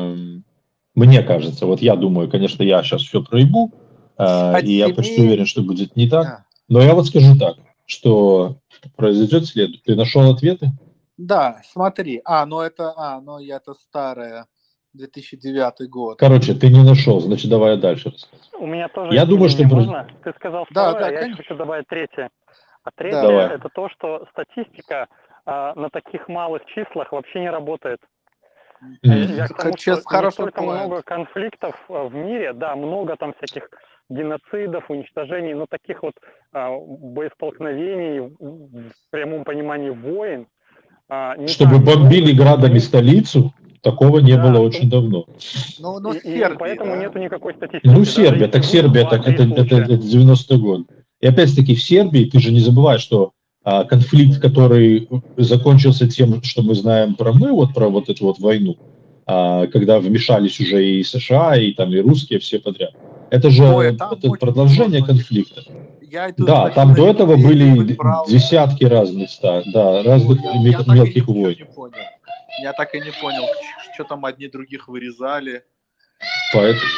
Speaker 2: мне кажется, вот я думаю, конечно, я сейчас все проебу, и я почти уверен, что будет не так, но я вот скажу так, что произойдет следующее. Ты нашел ответы?
Speaker 1: Да, смотри. Это старое, 2009 год.
Speaker 2: Короче, ты не нашел, значит, давай я дальше расскажу.
Speaker 4: У меня тоже
Speaker 2: Я
Speaker 4: есть
Speaker 2: думаю,
Speaker 4: мнение,
Speaker 2: что-
Speaker 4: можно? Ты сказал
Speaker 1: Да,
Speaker 4: второе,
Speaker 1: да,
Speaker 4: а я
Speaker 1: конечно.
Speaker 4: хочу добавить третье. А третье
Speaker 2: Давай.
Speaker 4: это то, что статистика на таких малых числах вообще не работает. Я к тому, что
Speaker 1: Хороший
Speaker 4: настолько
Speaker 1: поинт.
Speaker 4: много конфликтов в мире, да, много там всяких геноцидов, уничтожений, но таких вот боестолкновений в прямом понимании войн. Не
Speaker 2: Чтобы
Speaker 4: так
Speaker 2: бомбили
Speaker 4: много.
Speaker 2: градами столицу, такого не
Speaker 4: Да,
Speaker 2: было
Speaker 4: ну,
Speaker 2: очень давно.
Speaker 1: Ну,
Speaker 4: И
Speaker 1: Сербия,
Speaker 4: поэтому
Speaker 1: да?
Speaker 4: нету никакой статистики.
Speaker 2: Ну,
Speaker 4: Даже
Speaker 2: Сербия,
Speaker 4: если
Speaker 2: так
Speaker 4: будет
Speaker 2: Сербия,
Speaker 4: 2-3
Speaker 2: так это
Speaker 4: случая.
Speaker 2: 90-й год. И опять-таки в Сербии, ты же не забывай, что конфликт, который закончился тем, что мы знаем про вот эту вот войну, когда вмешались уже и США, и там и русские, все подряд. Это же это продолжение конфликта. Да, там до этого были десятки разных разных мелких войн.
Speaker 3: Я так и не понял, что там одни других вырезали.
Speaker 2: Поэтому...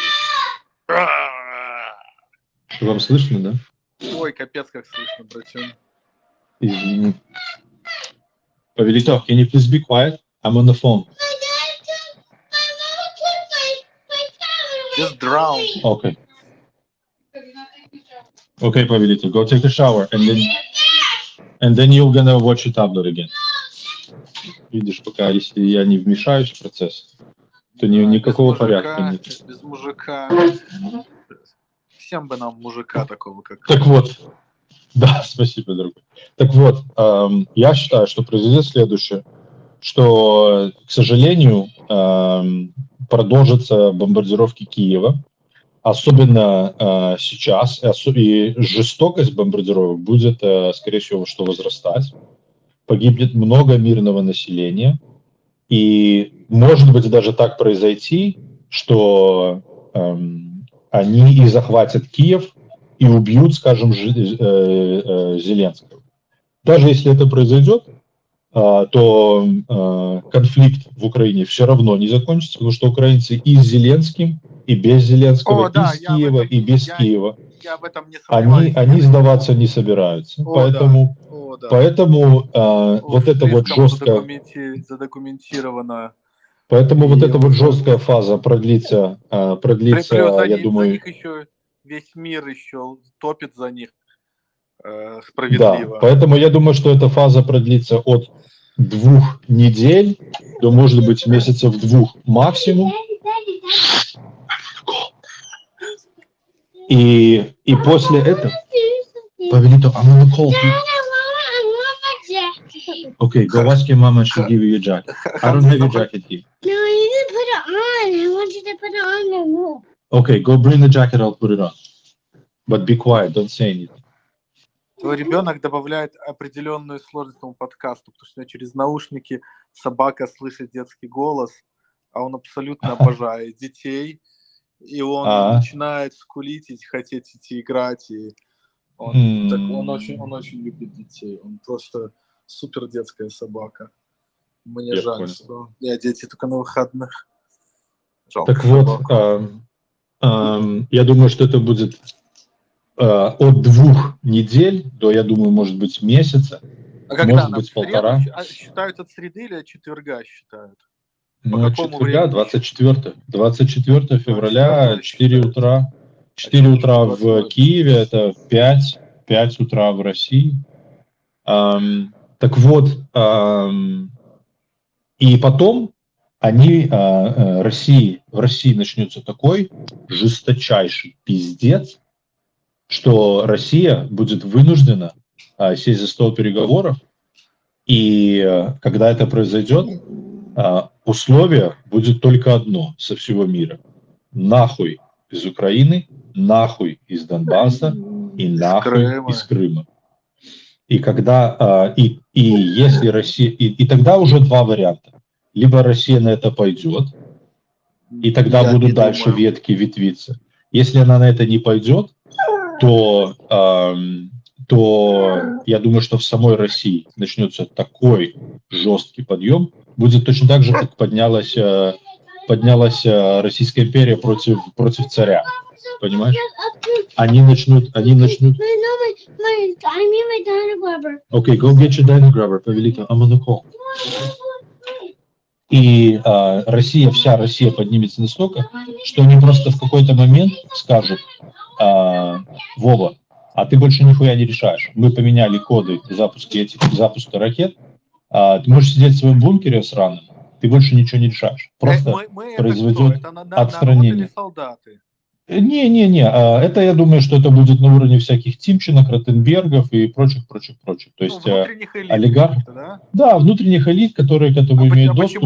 Speaker 2: Вам слышно, да?
Speaker 3: Ой, капец, как слышно, братюнь.
Speaker 2: Извини. Повелитель, can you please be quiet? I'm on the phone.
Speaker 3: Just drown.
Speaker 2: Okay. Okay, повелитель, go take a shower, and then you're gonna watch your tablet again. Видишь, пока если я не вмешаюсь в процесс, то никакого порядка нет.
Speaker 3: Без мужика. Всем бы нам мужика такого, как...
Speaker 2: Так вот. Да, спасибо, дорогой. Так вот, я считаю, что произойдет следующее, что, к сожалению, продолжатся бомбардировки Киева, особенно сейчас, и жестокость бомбардировок будет, скорее всего, что возрастать. Погибнет много мирного населения, и может быть даже так произойти, что они и захватят Киев, и убьют, скажем, Зеленского. Даже если это произойдет, то конфликт в Украине все равно не закончится, потому что украинцы и с Зеленским, и без Зеленского, и с Киева, и без Киева,
Speaker 3: я в этом не сомневаюсь.
Speaker 2: Они сдаваться не собираются. Поэтому вот это вот жесткая... Поэтому вот эта вот жесткая фаза продлится, я думаю...
Speaker 3: Весь мир еще топит за них справедливо.
Speaker 2: Да, поэтому я думаю, что эта фаза продлится от 2 недель до, может быть, месяцев 2 максимум. И после этого... Павелito, I'm on the call. Okay, go ask your mama, she'll give you your jacket. I don't have your jacket here.
Speaker 5: No, you need to put it on. I want you to put it on the wall.
Speaker 2: Okay, go bring the jacket, I'll put it on. But be quiet, don't say anything.
Speaker 3: Твой ребенок добавляет определенную сложность этому подкасту, потому что через наушники собака слышит детский голос, а он абсолютно обожает детей, и он начинает скулить и хотеть идти играть, и он очень любит детей, он просто супер детская собака. Мне жаль, понял. Что дети только на выходных.
Speaker 2: Жалко так собаку. Вот, я думаю, что это будет от 2 недель до, я думаю, может быть, месяца, может быть, 1,5.
Speaker 3: Считают от среды или от четверга считают?
Speaker 2: Ну, от четверга, 24 февраля, 4 утра. 4 утра в Киеве, это 5 утра в России. Так вот, и потом в России начнется такой жесточайший пиздец, что Россия будет вынуждена сесть за стол переговоров, и когда это произойдет, условие будет только одно со всего мира. Нахуй из Украины, нахуй из Донбасса и нахуй из Крыма. И когда если Россия, и тогда уже 2 варианта. Либо Россия на это пойдет, и тогда будут дальше ветки ветвиться. Если она на это не пойдет, то я думаю, что в самой России начнется такой жесткий подъем. Будет точно так же, как поднялась Российская империя против царя. Понимаешь? Они начнут...
Speaker 5: I mean my dino grabber.
Speaker 2: Okay, go get your dino grabber, Павелito. I'm on the call. И вся Россия поднимется настолько, что они просто в какой-то момент скажут: Вова, а ты больше нихуя не решаешь. Мы поменяли коды запуска ракет. Ты можешь сидеть в своем бункере сраном, ты больше ничего не решаешь. Просто произведет отстранение. Не. Это, я думаю, что это будет на уровне всяких Тимченок, Ротенбергов и прочих. То есть олигархов. Да, внутренних элит, которые к этому имеют доступ.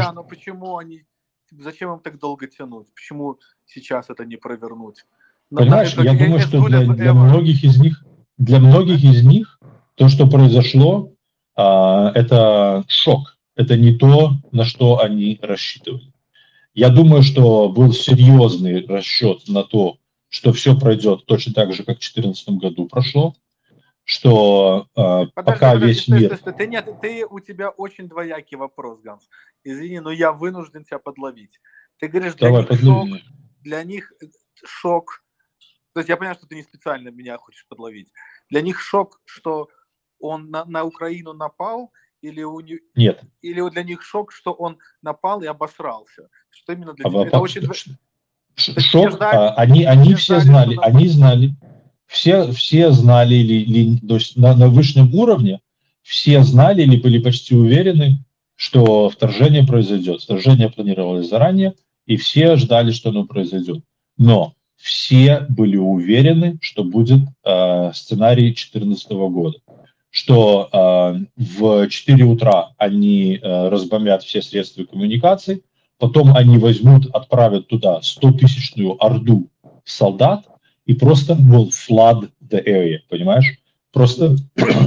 Speaker 3: Зачем им так долго тянуть? Почему сейчас это не провернуть?
Speaker 2: Понимаешь, я думаю, что для многих из них То, что произошло, это шок. Это не то, на что они рассчитывали. Я думаю, что был серьезный расчет на то, что все пройдет точно так же, как в 2014 году прошло, что пока весь мир...
Speaker 6: У тебя очень двоякий вопрос, Ганс. Извини, но я вынужден тебя подловить. Ты говоришь, для них шок. То есть я понимаю, что ты не специально меня хочешь подловить. Для них шок, что он на Украину напал,
Speaker 2: Нет.
Speaker 6: Или для них шок, что он напал и обосрался? Что именно для них? Это очень...
Speaker 2: Шок, они все знали, все знали, или то есть на высшем уровне все знали или были почти уверены, что вторжение произойдет. Вторжение планировалось заранее, и все ждали, что оно произойдет. Но все были уверены, что будет сценарий 2014 года. Что в 4 утра они разбомбят все средства коммуникаций, потом они возьмут, отправят туда 100-тысячную орду солдат, и просто will flood the area, понимаешь? Просто,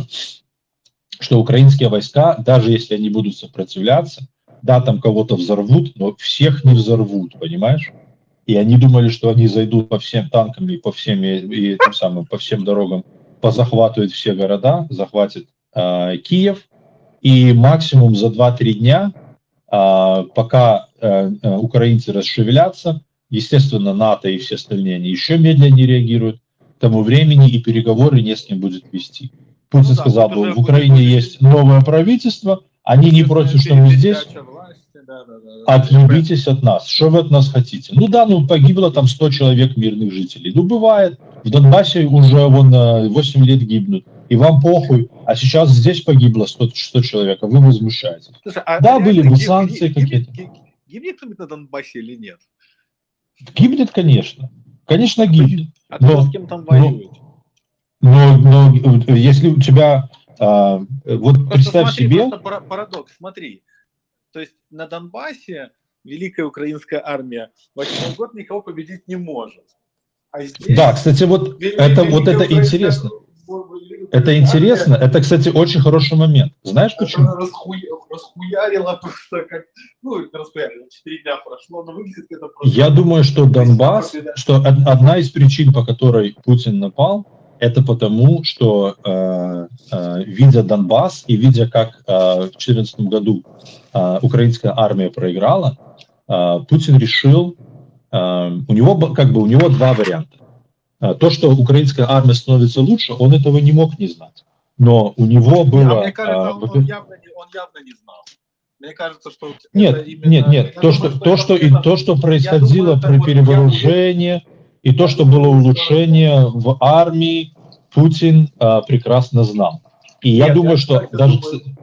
Speaker 2: что украинские войска, даже если они будут сопротивляться, да, там кого-то взорвут, но всех не взорвут, понимаешь? И они думали, что они зайдут по всем танкам и по всем, и тем самым, по всем дорогам, позахватывают все города, захватят Киев, и максимум за 2-3 дня, пока украинцы расшевелятся, естественно, НАТО и все остальные, они еще медленнее реагируют, к тому времени и переговоры не с кем будет вести. Путин сказал, что в Украине есть новое правительство, они не против, что мы здесь, отъебитесь от нас, что вы от нас хотите? Ну да, погибло там 100 человек мирных жителей, бывает, в Донбассе уже 8 лет гибнут, и вам похуй, а сейчас здесь погибло 100 человек, а вы возмущаетесь.
Speaker 6: Слушай,
Speaker 2: да, были бы санкции какие-то.
Speaker 6: Гибнет кто-нибудь на Донбассе или нет?
Speaker 2: Гибнет, конечно. Конечно, гибнет.
Speaker 6: А кто с кем там воюет?
Speaker 2: Но если у тебя... вот
Speaker 6: просто
Speaker 2: представь
Speaker 6: смотри,
Speaker 2: себе...
Speaker 6: Просто парадокс, смотри. То есть на Донбассе Великая Украинская армия 8 год никого победить не может. А здесь... Да,
Speaker 2: кстати, это интересно. Это интересно. Это, кстати, очень хороший момент. Знаешь почему?
Speaker 3: Расхуярило просто как... расхуярило. 4 дня прошло, но выглядит это просто...
Speaker 2: Я думаю, что Донбасс... Что одна из причин, по которой Путин напал, это потому, что, видя Донбасс и видя, как в 2014 году украинская армия проиграла, Путин решил... у него 2 варианта. То, что украинская армия становится лучше, он этого не мог не знать. Но у него было...
Speaker 6: Мне кажется, он явно не знал. Мне кажется, что...
Speaker 2: Нет. То, что происходило при перевооружении, и то, что было улучшение в армии, Путин прекрасно знал. И я думаю, что даже...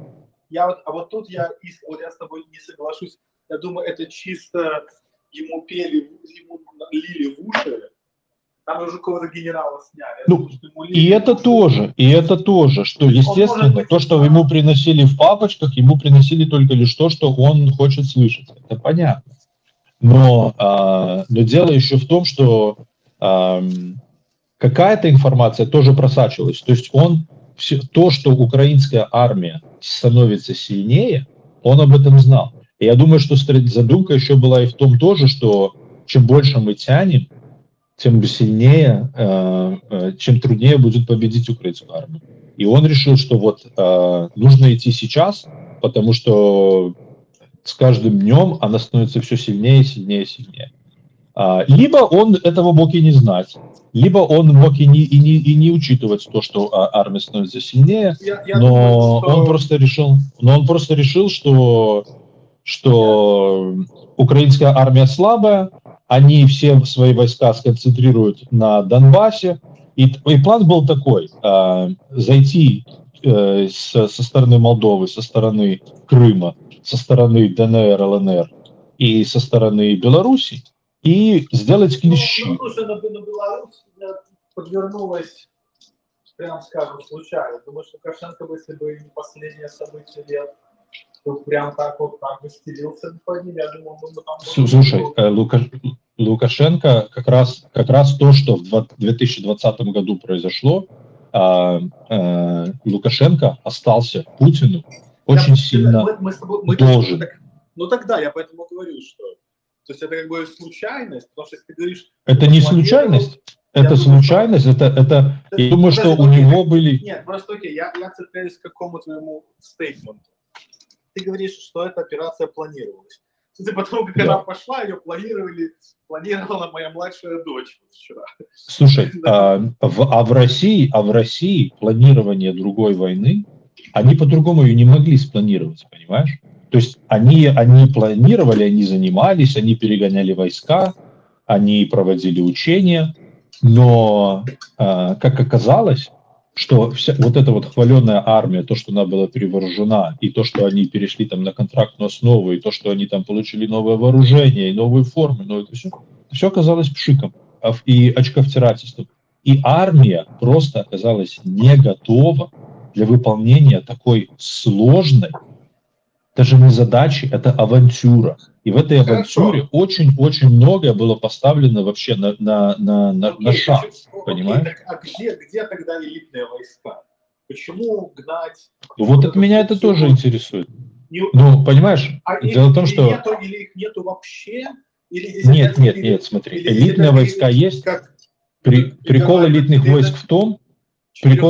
Speaker 3: тут я с тобой не соглашусь. Я думаю, это чисто ему лили в уши. Там уже какого-то генерала сняли.
Speaker 2: И это тоже, что, естественно, то, что ему приносили в папочках, ему приносили только лишь то, что он хочет слышать. Это понятно. Но дело еще в том, что какая-то информация тоже просачивалась. То есть то, что украинская армия становится сильнее, он об этом знал. И я думаю, что задумка еще была и в том тоже, что чем больше мы тянем, тем сильнее, чем труднее будет победить украинскую армию. И он решил, что нужно идти сейчас, потому что с каждым днем она становится все сильнее, сильнее, сильнее. Либо он этого мог и не знать, либо он мог и не учитывать то, что армия становится сильнее, но он просто решил, что украинская армия слабая, они все свои войска сконцентрируют на Донбассе, и план был такой: зайти со стороны Молдовы, со стороны Крыма, со стороны ДНР, ЛНР и со стороны Беларуси, и сделать клещи.
Speaker 3: Слушай, на Беларусь подвернулась, прям скажем, случайно. Думаю, что Лукашенко, если бы не последнее событие лет, то прям так выстелился по ним. Я думаю, мы там...
Speaker 2: Слушай, Лукашенко как раз то, что в 2020 году произошло, Лукашенко остался Путину очень сильно должен.
Speaker 3: Ну тогда я поэтому говорю, что... То есть это как бы случайность, потому что если ты говоришь...
Speaker 2: Это не случайность, это случайность, это я думаю, что у него были...
Speaker 3: Нет, просто окей, я цепляюсь к какому твоему стейтменту. Ты говоришь, что эта операция планировалась. Судя по тому, как она пошла, ее планировала моя младшая дочь вчера.
Speaker 2: Слушай, в России планирование другой войны, они по-другому ее не могли спланировать, понимаешь? То есть они планировали, они занимались, они перегоняли войска, они проводили учения, но, как оказалось, что вот эта вот хваленая армия, то, что она была перевооружена, и то, что они перешли там на контрактную основу, и то, что они там получили новое вооружение, и новые формы, но это все оказалось пшиком и очковтирательством. И армия просто оказалась не готова для выполнения такой сложной, даже не задачи, это авантюра. И в этой авантюре очень-очень многое было поставлено вообще на шанс, понимаешь?
Speaker 3: А где тогда элитные войска? Почему гнать?
Speaker 2: Вот от меня это тоже интересует. Ну, понимаешь, дело в том, что...
Speaker 3: Или их нету вообще?
Speaker 2: Нет, смотри, элитные войска есть. Прикол элитных войск в том... Прикол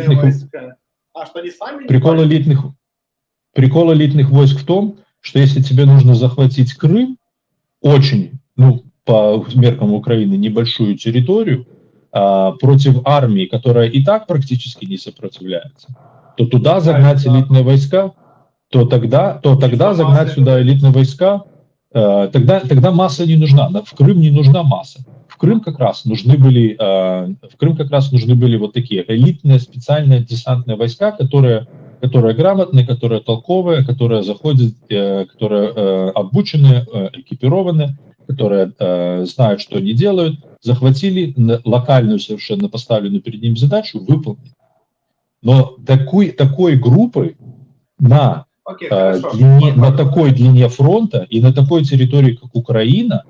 Speaker 2: элитных войск в том, что если тебе нужно захватить Крым, очень, по меркам Украины, небольшую территорию, против армии, которая и так практически не сопротивляется, то туда загнать элитные войска, то тогда загнать сюда элитные войска, тогда масса не нужна. В Крым не нужна масса. В Крым как раз нужны были вот такие элитные специальные десантные войска, которые грамотные, которые толковые, которые заходят, которые обучены, экипированы, которые знают, что они делают, захватили локальную совершенно поставленную перед ними задачу, выполнили. Но такой группы на такой длине фронта и на такой территории, как Украина,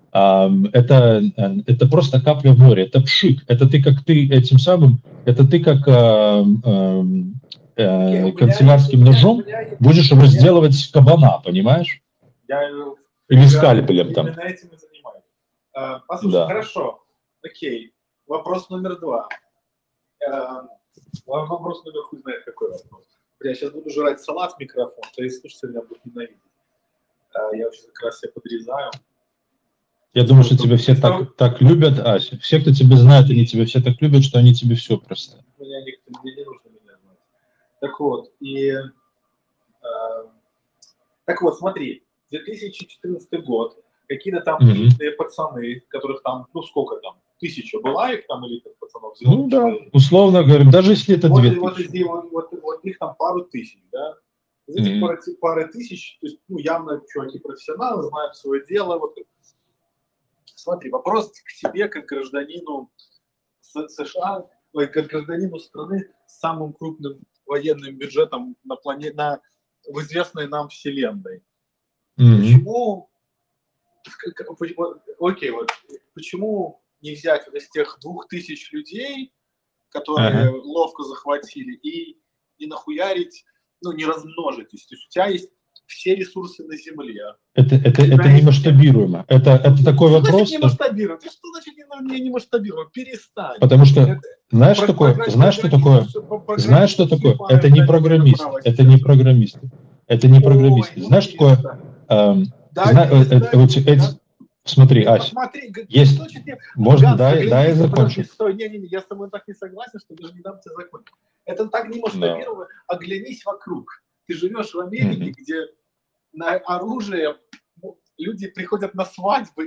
Speaker 2: это просто капля в море, это пшик. Это ты как канцелярским ножом будешь разделывать кабана, понимаешь? Или скальпелем там.
Speaker 3: Именно этим и занимаюсь. Послушай, хорошо, окей. Вопрос номер 2. Вопрос номер хуй знает какой вопрос. Я сейчас буду жрать салат в микрофон, то есть слушайте, меня будут ненавидеть. Я вообще как раз себя подрезаю.
Speaker 2: Я думаю, что тебя все так любят, Ася. Все, кто тебя знает, они тебя все так любят, что они тебе все простят.
Speaker 3: Мне не нужно меня знать. Так вот, смотри, 2014 год, какие-то там элитные пацаны, которых там, сколько там, 1000 была их там элитных пацанов?
Speaker 2: Условно говоря, даже если это 2000.
Speaker 3: Вот их там пару тысяч, да? Из этих пары тысяч, то есть, явно чуваки профессионалы, знают свое дело. Смотри, вопрос к тебе, как гражданину США, как гражданину страны с самым крупным военным бюджетом в известной нам вселенной. Почему не взять вот из тех 2000 людей, которые ловко захватили, и нахуярить, не размножить? То есть у тебя есть все ресурсы на Земле.
Speaker 2: Это не масштабируемо. Это такой вопрос.
Speaker 3: Что значит не масштабируемо? Что значит не масштабируемо? Перестань.
Speaker 2: Потому что знаешь, что такое? Это не программисты. Знаешь, что такое? Смотри, Ася, есть... Можно, да, я закончу.
Speaker 3: Я с тобой так не согласен, что даже не дам тебе закончить. Это так не масштабируемо. Оглянись вокруг. Ты живешь в Америке, где на оружие люди приходят на свадьбы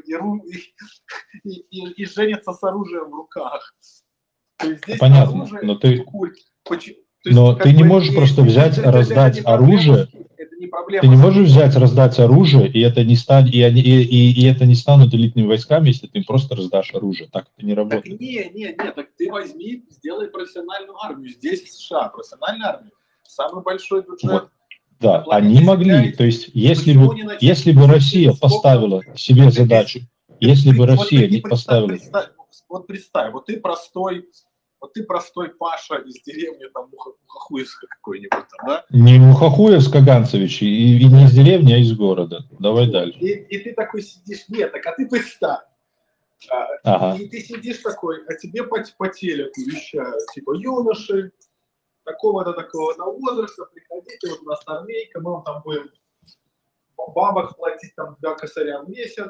Speaker 3: и женятся с оружием в руках. То есть здесь
Speaker 2: понятно, но ты не можешь просто взять, раздать оружие. Ты не можешь взять, раздать оружие, и это не станет элитными войсками, если ты им просто раздашь оружие. Так это не работает.
Speaker 3: Так ты возьми, сделай профессиональную армию. Здесь в США профессиональная армия. Самый большой бюджет.
Speaker 2: Вот. Да, они могли. То есть, если бы Россия поставила себе задачу, если бы Россия не поставила...
Speaker 3: Вот представь, вот ты простой Вот ты простой Паша из деревни, там, Мухохуевска какой-нибудь там, да?
Speaker 2: Не Мухохуевска, Ганцевич, и не из деревни, а из города. Давай дальше.
Speaker 3: И ты такой сидишь, нет, так а ты представь.
Speaker 2: Ага.
Speaker 3: И ты сидишь такой, а тебе по телеку вещают, типа, юноши, такого-то возраста, приходите, вот у нас армейка, мы вам там будем бабок платить там 2 косаря в месяц,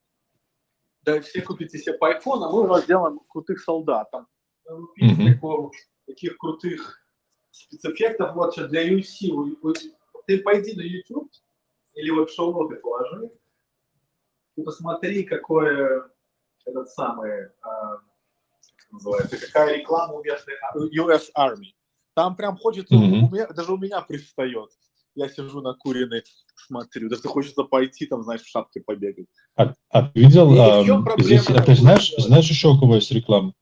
Speaker 3: да, все купите себе по айфону, а мы вас сделаем крутых солдат, там, таких крутых спецэффектов, вот сейчас для UFC, ты пойди на YouTube, или вот в шоу-ноты положи, и посмотри, какое этот самый, как называется, какая реклама у местной US Army. Там прям хочется, даже у меня пристает. Я сижу накуренный, смотрю, даже хочется пойти, там, знаешь, в шапке побегать.
Speaker 2: А ты видел, здесь, ты знаешь еще у кого есть реклама?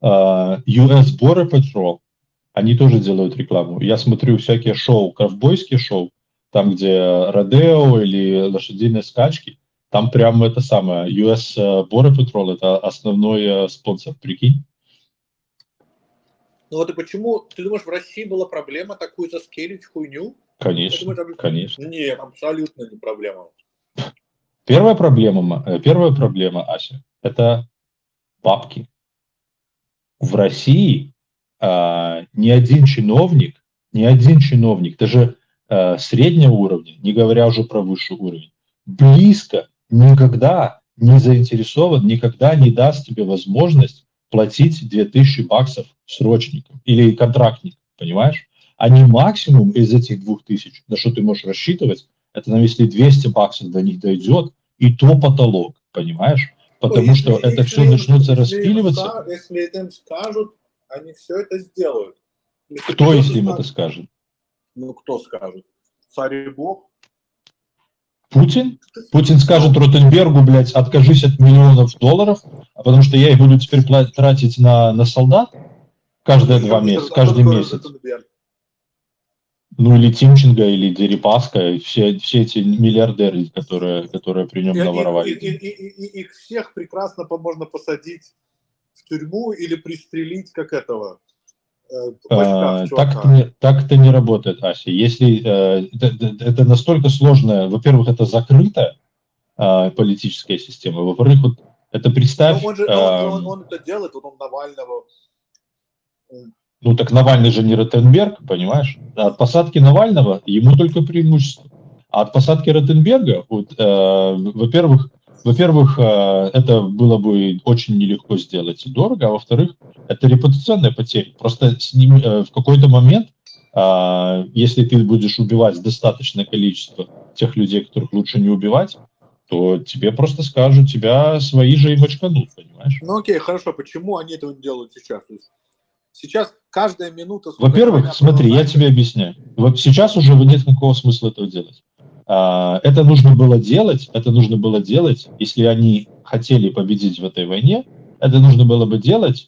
Speaker 2: US Border Patrol, они тоже делают рекламу. Я смотрю всякие шоу, ковбойские шоу, там, где родео или лошадиные скачки, там прямо это самое, US Border Patrol, это основной спонсор, прикинь.
Speaker 3: Ну вот и почему, ты думаешь, в России была проблема такую заскейлить хуйню?
Speaker 2: Конечно,
Speaker 3: думаю,
Speaker 2: конечно.
Speaker 3: Нет, абсолютно не проблема.
Speaker 2: Первая проблема, Ася, это бабки. В России ни один чиновник, даже среднего уровня, не говоря уже про высший уровень, близко никогда не заинтересован, никогда не даст тебе возможность платить $2000 срочникам или контрактникам, понимаешь? Они максимум из этих 2000, на что ты можешь рассчитывать, это, если $200 до них дойдет, и то потолок, понимаешь? Потому что это все начнется распиливаться.
Speaker 3: Если им скажут, они все это сделают.
Speaker 2: Кто, если им это скажет?
Speaker 3: Ну, кто скажет? Царь и бог?
Speaker 2: Путин? Путин скажет Ротенбергу, блядь, откажись от $миллионов, потому что я их буду теперь тратить на солдат каждые 2 месяца, каждый месяц. Ну, или Тимченко, или Дерипаска, все эти миллиардеры, которые при нем наворовали.
Speaker 3: Их всех прекрасно можно посадить в тюрьму или пристрелить, как этого.
Speaker 2: Так это не работает, Ася. Если это настолько сложно, во-первых, это закрытая политическая система, во-вторых, вот это представь...
Speaker 3: Он это делает, вот он Навального...
Speaker 2: Ну так Навальный же не Ротенберг, понимаешь? От посадки Навального ему только преимущество. А от посадки Ротенберга, вот, во-первых, это было бы очень нелегко сделать и дорого, а во-вторых, это репутационная потеря. Просто с ним в какой-то момент, если ты будешь убивать достаточное количество тех людей, которых лучше не убивать, то тебе просто скажут, тебя свои же и мочканут, понимаешь?
Speaker 3: Ну окей, хорошо, почему они этого не делают сейчас? Сейчас каждая минута...
Speaker 2: Во-первых, смотри, я тебе объясняю. Вот сейчас уже нет никакого смысла этого делать. Это нужно было делать, если они хотели победить в этой войне, это нужно было бы делать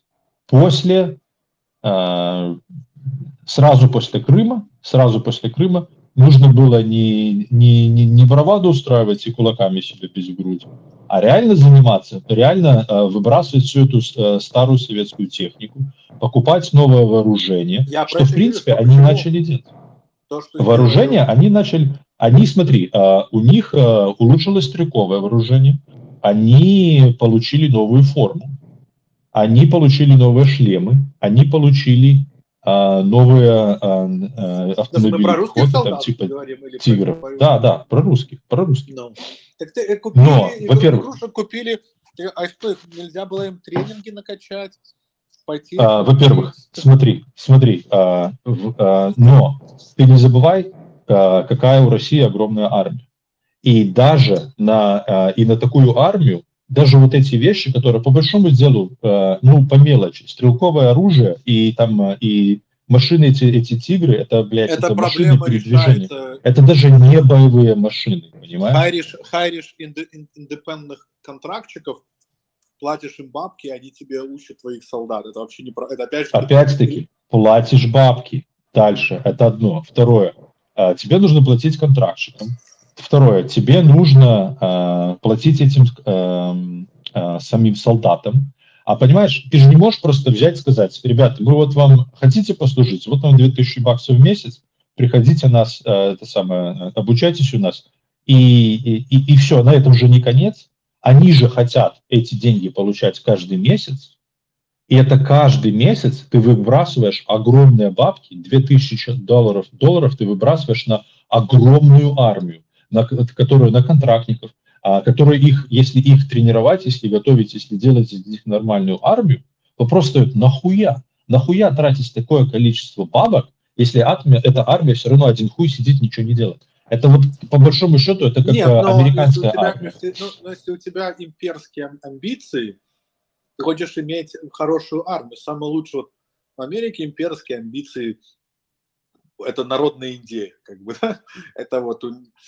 Speaker 2: сразу после Крыма нужно было не браваду устраивать и кулаками себе бить в грудь, а реально заниматься, реально выбрасывать всю эту старую советскую технику, покупать новое вооружение, что в принципе они начали делать. Вооружение они начали... смотри, у них улучшилось стрелковое вооружение, они получили новую форму, они получили новые шлемы, они получили новые автомобили.
Speaker 3: Мы про русских солдат
Speaker 2: типа
Speaker 3: говорим? Или
Speaker 2: тигров. Да, про русских.
Speaker 3: No. Так ты купили,
Speaker 2: но, во-первых,
Speaker 3: купили, а что, нельзя было им тренинги накачать? Пойти?
Speaker 2: Во-первых, смотри, но ты не забывай, какая у России огромная армия. И даже на такую армию, даже вот эти вещи, которые по большому делу, по мелочи, стрелковое оружие и машины, эти тигры, это, блядь, это машины передвижения. Это даже не боевые машины, понимаешь?
Speaker 3: Хайриш индепендентных контрактчиков, платишь им бабки, они тебе учат твоих солдат. Это вообще не про... Это
Speaker 2: Опять-таки, платишь бабки. Дальше, это одно. Второе, тебе нужно платить контрактщикам. Второе, тебе нужно платить этим самим солдатам. А понимаешь, ты же не можешь просто взять и сказать: ребята, мы вот вам хотите послужить, вот вам $2000 в месяц, приходите нас, обучайтесь у нас, и все, на этом же не конец. Они же хотят эти деньги получать каждый месяц, и это каждый месяц ты выбрасываешь огромные бабки, $2000 ты выбрасываешь на огромную армию, которую на контрактников, которые их, если их тренировать, если готовить, если делать из них нормальную армию, то просто нахуя тратить такое количество бабок, если эта армия все равно один хуй сидит, ничего не делает. Это вот по большому счету это как американская армия.
Speaker 6: Если у тебя имперские амбиции, ты хочешь иметь хорошую армию. Самое лучшее вот в Америке имперские амбиции – это народная идея, как бы, да? Это вот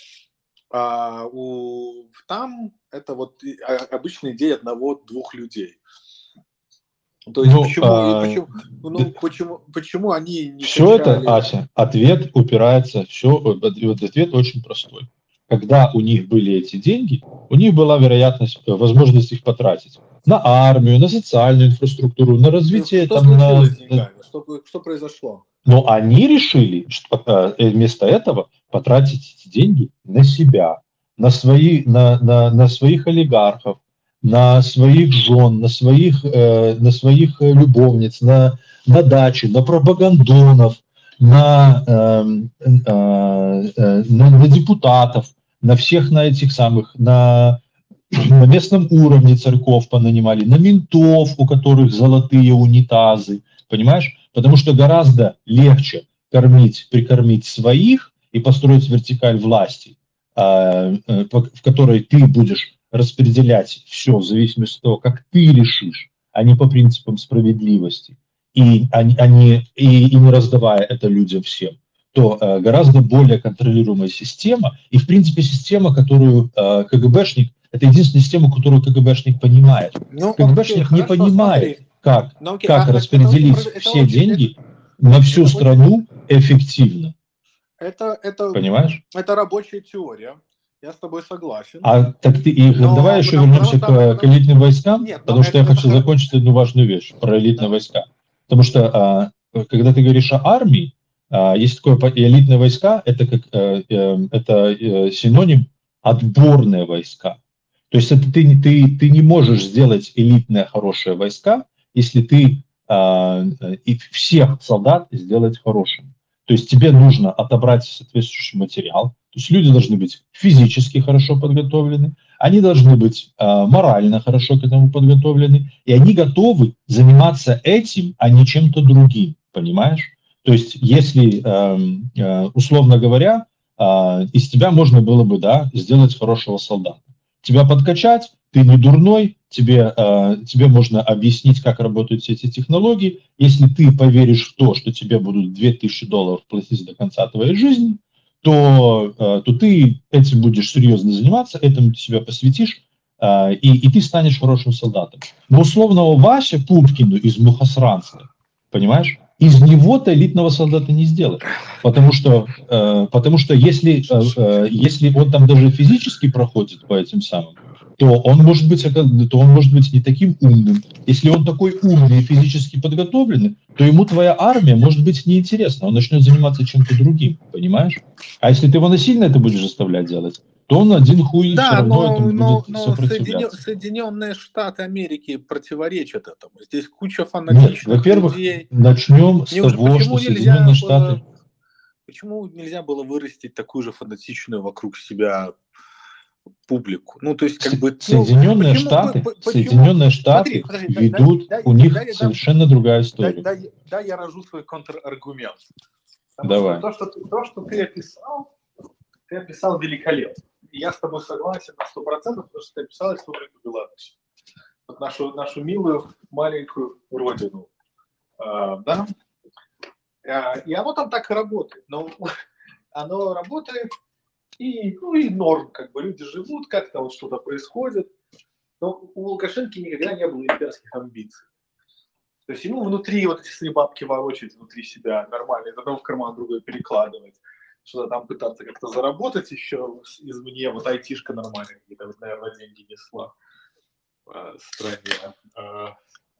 Speaker 6: там это вот обычная идея одного-двух людей. То есть почему они не
Speaker 2: все
Speaker 6: качали...
Speaker 2: это, Ася, ответ упирается, ответ очень простой. Когда у них были эти деньги, у них была возможность их потратить на армию, на социальную инфраструктуру, на развитие.
Speaker 6: Что случилось с деньгами? Что произошло?
Speaker 2: Но они решили вместо этого потратить эти деньги на себя, на своих олигархов, на своих жен, на своих любовниц, на дачи, на пропагандонов, на депутатов, на всех на этих самых, на местном уровне церковь понанимали, на ментов, у которых золотые унитазы, понимаешь? Потому что гораздо легче прикормить своих и построить вертикаль власти, в которой ты будешь распределять все в зависимости от того, как ты решишь, а не по принципам справедливости, и не раздавая это людям всем, то гораздо более контролируемая система, и в принципе система, которую КГБшник, это единственная система, которую КГБшник понимает. КГБшник не понимает, как распределить все деньги на всю страну эффективно. Понимаешь?
Speaker 6: Это рабочая теория. Я с тобой согласен.
Speaker 2: Давай еще вернемся к элитным войскам, потому что я хочу закончить одну важную вещь про элитные войска. Потому что, когда ты говоришь о армии, есть такое элитные войска, это синоним отборные войска. То есть это ты не можешь сделать элитные хорошие войска, если ты и всех солдат сделать хорошими. То есть тебе нужно отобрать соответствующий материал. То есть люди должны быть физически хорошо подготовлены, они должны быть морально хорошо к этому подготовлены, и они готовы заниматься этим, а не чем-то другим, понимаешь? То есть если, условно говоря, из тебя можно было бы сделать хорошего солдата. Тебя подкачать, ты не дурной, тебе можно объяснить, как работают все эти технологии. Если ты поверишь в то, что тебе будут $2000 платить до конца твоей жизни, то ты этим будешь серьезно заниматься, этому ты себя посвятишь, и ты станешь хорошим солдатом. Но условного Вася Пупкину из Мухосранска, понимаешь, из него-то элитного солдата не сделать. Потому что если он там даже физически проходит по этим самым, то он может быть не таким умным. Если он такой умный и физически подготовленный, то ему твоя армия может быть неинтересна. Он начнет заниматься чем-то другим, понимаешь? А если ты его насильно это будешь заставлять делать, то он один хуй все равно этому будет сопротивляться.
Speaker 6: Соединенные Штаты Америки противоречат этому. Здесь куча фанатичных людей.
Speaker 2: Начнем с того, что Соединенные Штаты...
Speaker 6: Почему нельзя было вырастить такую же фанатичную вокруг себя публику? Ну, то есть, как бы...
Speaker 2: Соединенные Штаты ведут, у них совершенно другая история.
Speaker 6: Да, я рожу свой контраргумент.
Speaker 2: Давай.
Speaker 6: То, что ты описал великолепно. И я с тобой согласен на 100%, потому что ты описал историю Беларуси. Вот нашу милую маленькую родину. Да? И оно там так и работает. Но оно работает, и норм, как бы люди живут, как-то вот что-то происходит. Но у Лукашенко никогда не было имперских амбиций. То есть ему внутри вот эти свои бабки ворочать внутри себя нормально, из одного в карман другой перекладывать, что-то там пытаться как-то заработать еще извне, вот айтишка нормальная, где-то, вот, наверное, деньги несла в стране.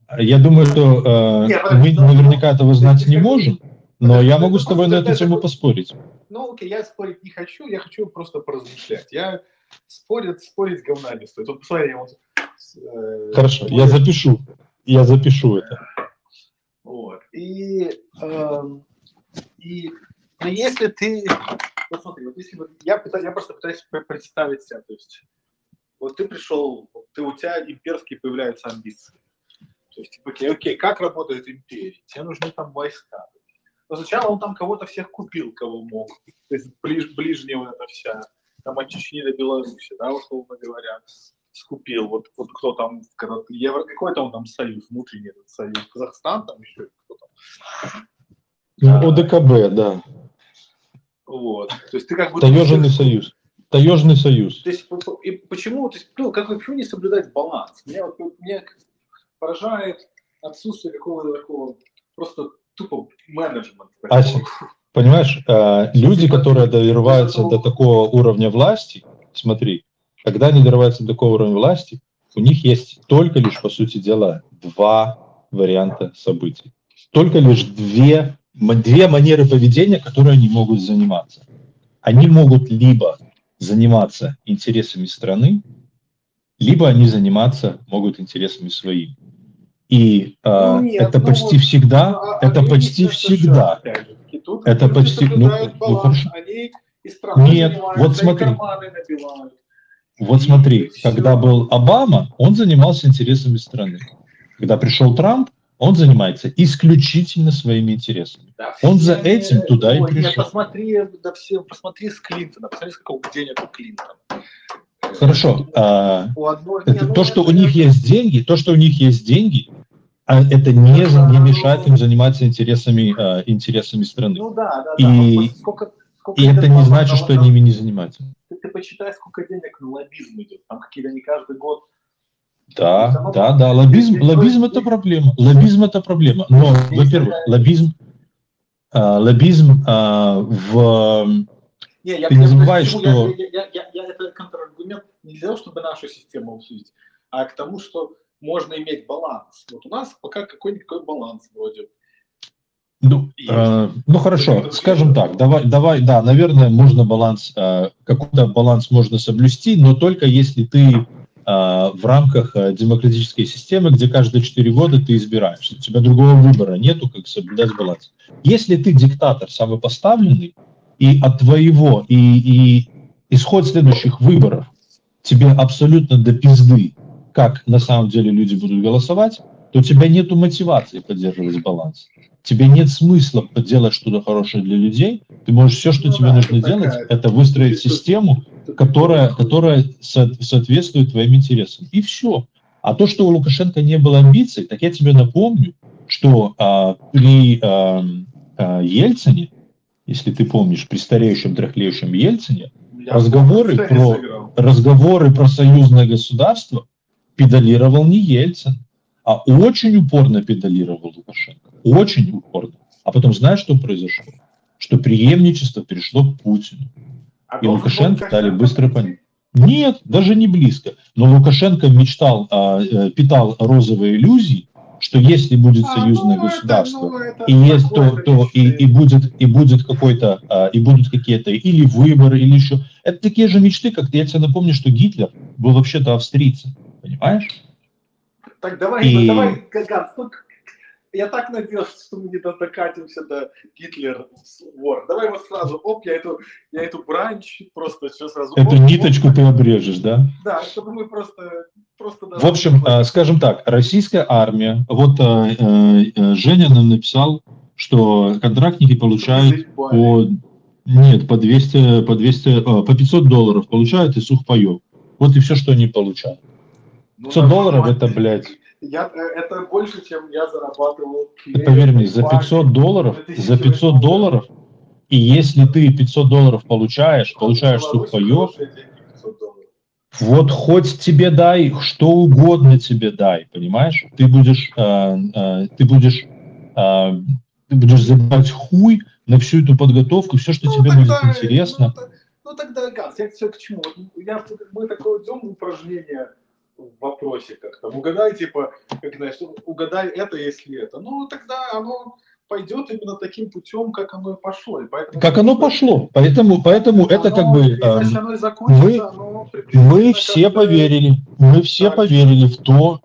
Speaker 2: Я думаю, что мы наверняка этого знать не можем, но я могу с тобой на эту тему поспорить.
Speaker 3: Ну, окей, я спорить не хочу, я хочу просто поразмышлять. Я спорить говна не стоит. Вот посмотри, вот...
Speaker 2: Хорошо, я запишу это.
Speaker 3: Вот. Но если ты... Вот смотри, вот если вот я просто пытаюсь представить себя, то есть вот ты пришел, у тебя имперские появляются амбиции. То есть, типа, окей, как работает империя? Тебе нужны там войска. Но сначала он там кого-то всех купил, кого мог. То есть ближняя вот эта вся, там от Чечни до Беларуси, да, условно говоря, скупил. Вот кто там, какой-то он там союз, внутренний этот союз. Казахстан там еще кто-то.
Speaker 2: Ну, ОДКБ, да.
Speaker 3: Вот. То есть ты как бы...
Speaker 2: Таежный союз. Таежный союз.
Speaker 3: То есть, и почему, то есть, почему не соблюдать баланс? Меня поражает отсутствие какого-то такого просто тупо менеджмента.
Speaker 2: Ася, понимаешь, люди, которые дорываются до такого уровня власти, смотри, когда они дорываются до такого уровня власти, у них есть только лишь, по сути дела, два варианта событий. Только лишь две манеры поведения, которые они могут заниматься. Они могут либо заниматься интересами страны, либо они могут интересами своими. И это почти всегда, это почти всегда, это почти, хорошо. Нет, вот смотри. Вот смотри, когда был Обама, он занимался интересами страны. Когда пришел Трамп, он занимается исключительно своими интересами. Да, он за этим туда и пришел.
Speaker 3: Посмотри с Клинтона, посмотри, сколько денег у Клинтона.
Speaker 2: Хорошо. То, что у них есть деньги, это не мешает им заниматься интересами страны.
Speaker 3: Ну да.
Speaker 2: И это не значит, что они ими не занимаются.
Speaker 3: Ты почитай, сколько денег на лоббизм идет. Там какие-то не каждый год.
Speaker 2: Да. Лоббизм это проблема. Лоббизм это проблема. Но, во-первых, лоббизм ты не забывай, что...
Speaker 3: Я это контраргумент не для того, чтобы нашу систему обсудить, а к тому, что можно иметь баланс. Вот у нас пока какой-никакой баланс вроде.
Speaker 2: Ну хорошо, скажем так, давай, да, наверное, можно какой-то баланс можно соблюсти, но только если ты в рамках демократической системы, где каждые 4 года ты избираешь. У тебя другого выбора нету, как соблюдать баланс. Если ты диктатор самопоставленный, и от твоего, и исход следующих выборов тебе абсолютно до пизды, как на самом деле люди будут голосовать, то у тебя нету мотивации поддерживать баланс. Тебе нет смысла делать что-то хорошее для людей. Ты можешь все, что тебе нужно делать, это выстроить систему, которая соответствует твоим интересам. И все. А то, что у Лукашенко не было амбиций, так я тебе напомню, что при Ельцине, если ты помнишь, при стареющем, трехлеющем Ельцине, разговоры про союзное государство педалировал не Ельцин, а очень упорно педалировал Лукашенко. Очень упорно. А потом знаешь, что произошло? Что преемничество перешло к Путину. И Лукашенко дали быстро понять. Нет, даже не близко. Но Лукашенко питал розовые иллюзии, что если будет союзное государство, будут какие-то или выборы, или еще. Это такие же мечты, как я тебе напомню, что Гитлер был вообще-то австрийцем. Понимаешь?
Speaker 3: Так давай, Ганс, я так надеялся, что мы не докатимся до Гитлер-вор. Давай вот сразу, я эту бранч просто все сразу...
Speaker 2: Эту ниточку ты обрежешь, да?
Speaker 3: Да, чтобы мы просто
Speaker 2: в общем, скажем так, российская армия, вот Женя нам написал, что контрактники получают по 500 долларов получают и сухпайок. Вот и все, что они получают. 500 долларов это, блядь...
Speaker 3: Это больше, чем я зарабатывал.
Speaker 2: Поверь мне, за 500 долларов, и если ты 500 долларов получаешь сухпайок, вот хоть тебе дай, что угодно тебе дай, понимаешь? Ты будешь забивать хуй на всю эту подготовку, все, что тебе будет интересно.
Speaker 3: Ну тогда, Ганс, я все к чему? Мы такое идем упражнение в вопросиках. Там, угадай, типа, как, знаешь, угадай это, если это. Ну, тогда оно пойдет именно таким путем, как оно и пошло. И поэтому,
Speaker 2: как оно пошло. Поэтому это как бы...
Speaker 3: Значит, оно и закончится,
Speaker 2: мы все поверили. Мы все поверили в то,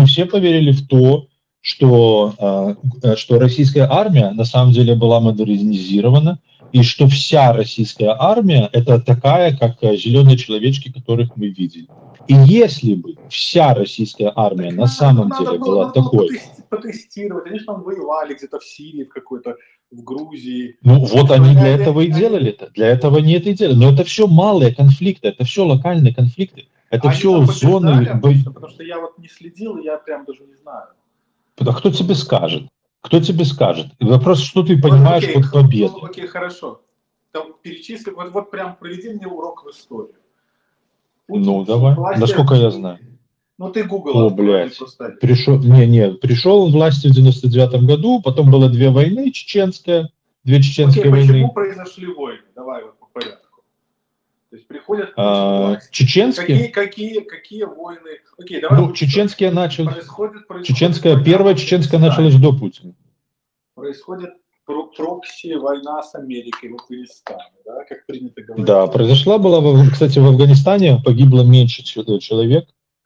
Speaker 2: что российская армия на самом деле была модернизирована, и что вся российская армия это такая, как зеленые человечки, которых мы видели. И если бы вся российская армия на самом деле была такой...
Speaker 3: Потестировать. Они же там воевали где-то в Сирии, в какой-то, в Грузии.
Speaker 2: Ну вот они для этого и делали это. Для этого они это и делали. Но это все малые конфликты, это все локальные конфликты. Это все зоны...
Speaker 3: Потому что я вот не следил, и я прям даже не знаю.
Speaker 2: А кто тебе скажет? Кто тебе скажет? Вопрос, что ты понимаешь под победой.
Speaker 3: Окей, хорошо. Там перечисли, вот прям проведи мне урок в историю.
Speaker 2: Ну, давай. Насколько я знаю.
Speaker 3: Ну, ты Google.
Speaker 2: О, блядь. Пришел он в власти в 99-м году, потом было две войны, две чеченские войны.
Speaker 3: Почему произошли войны? Давай вот по порядку. То есть приходят
Speaker 2: чеченские?
Speaker 3: Какие войны? Окей, давай.
Speaker 2: Ну, чеченские начали. Первая чеченская началась до Путина.
Speaker 3: Происходит прокси война с Америкой в Афганистане, да, как принято говорить.
Speaker 2: Да, произошла была, кстати, в Афганистане погибло меньше человек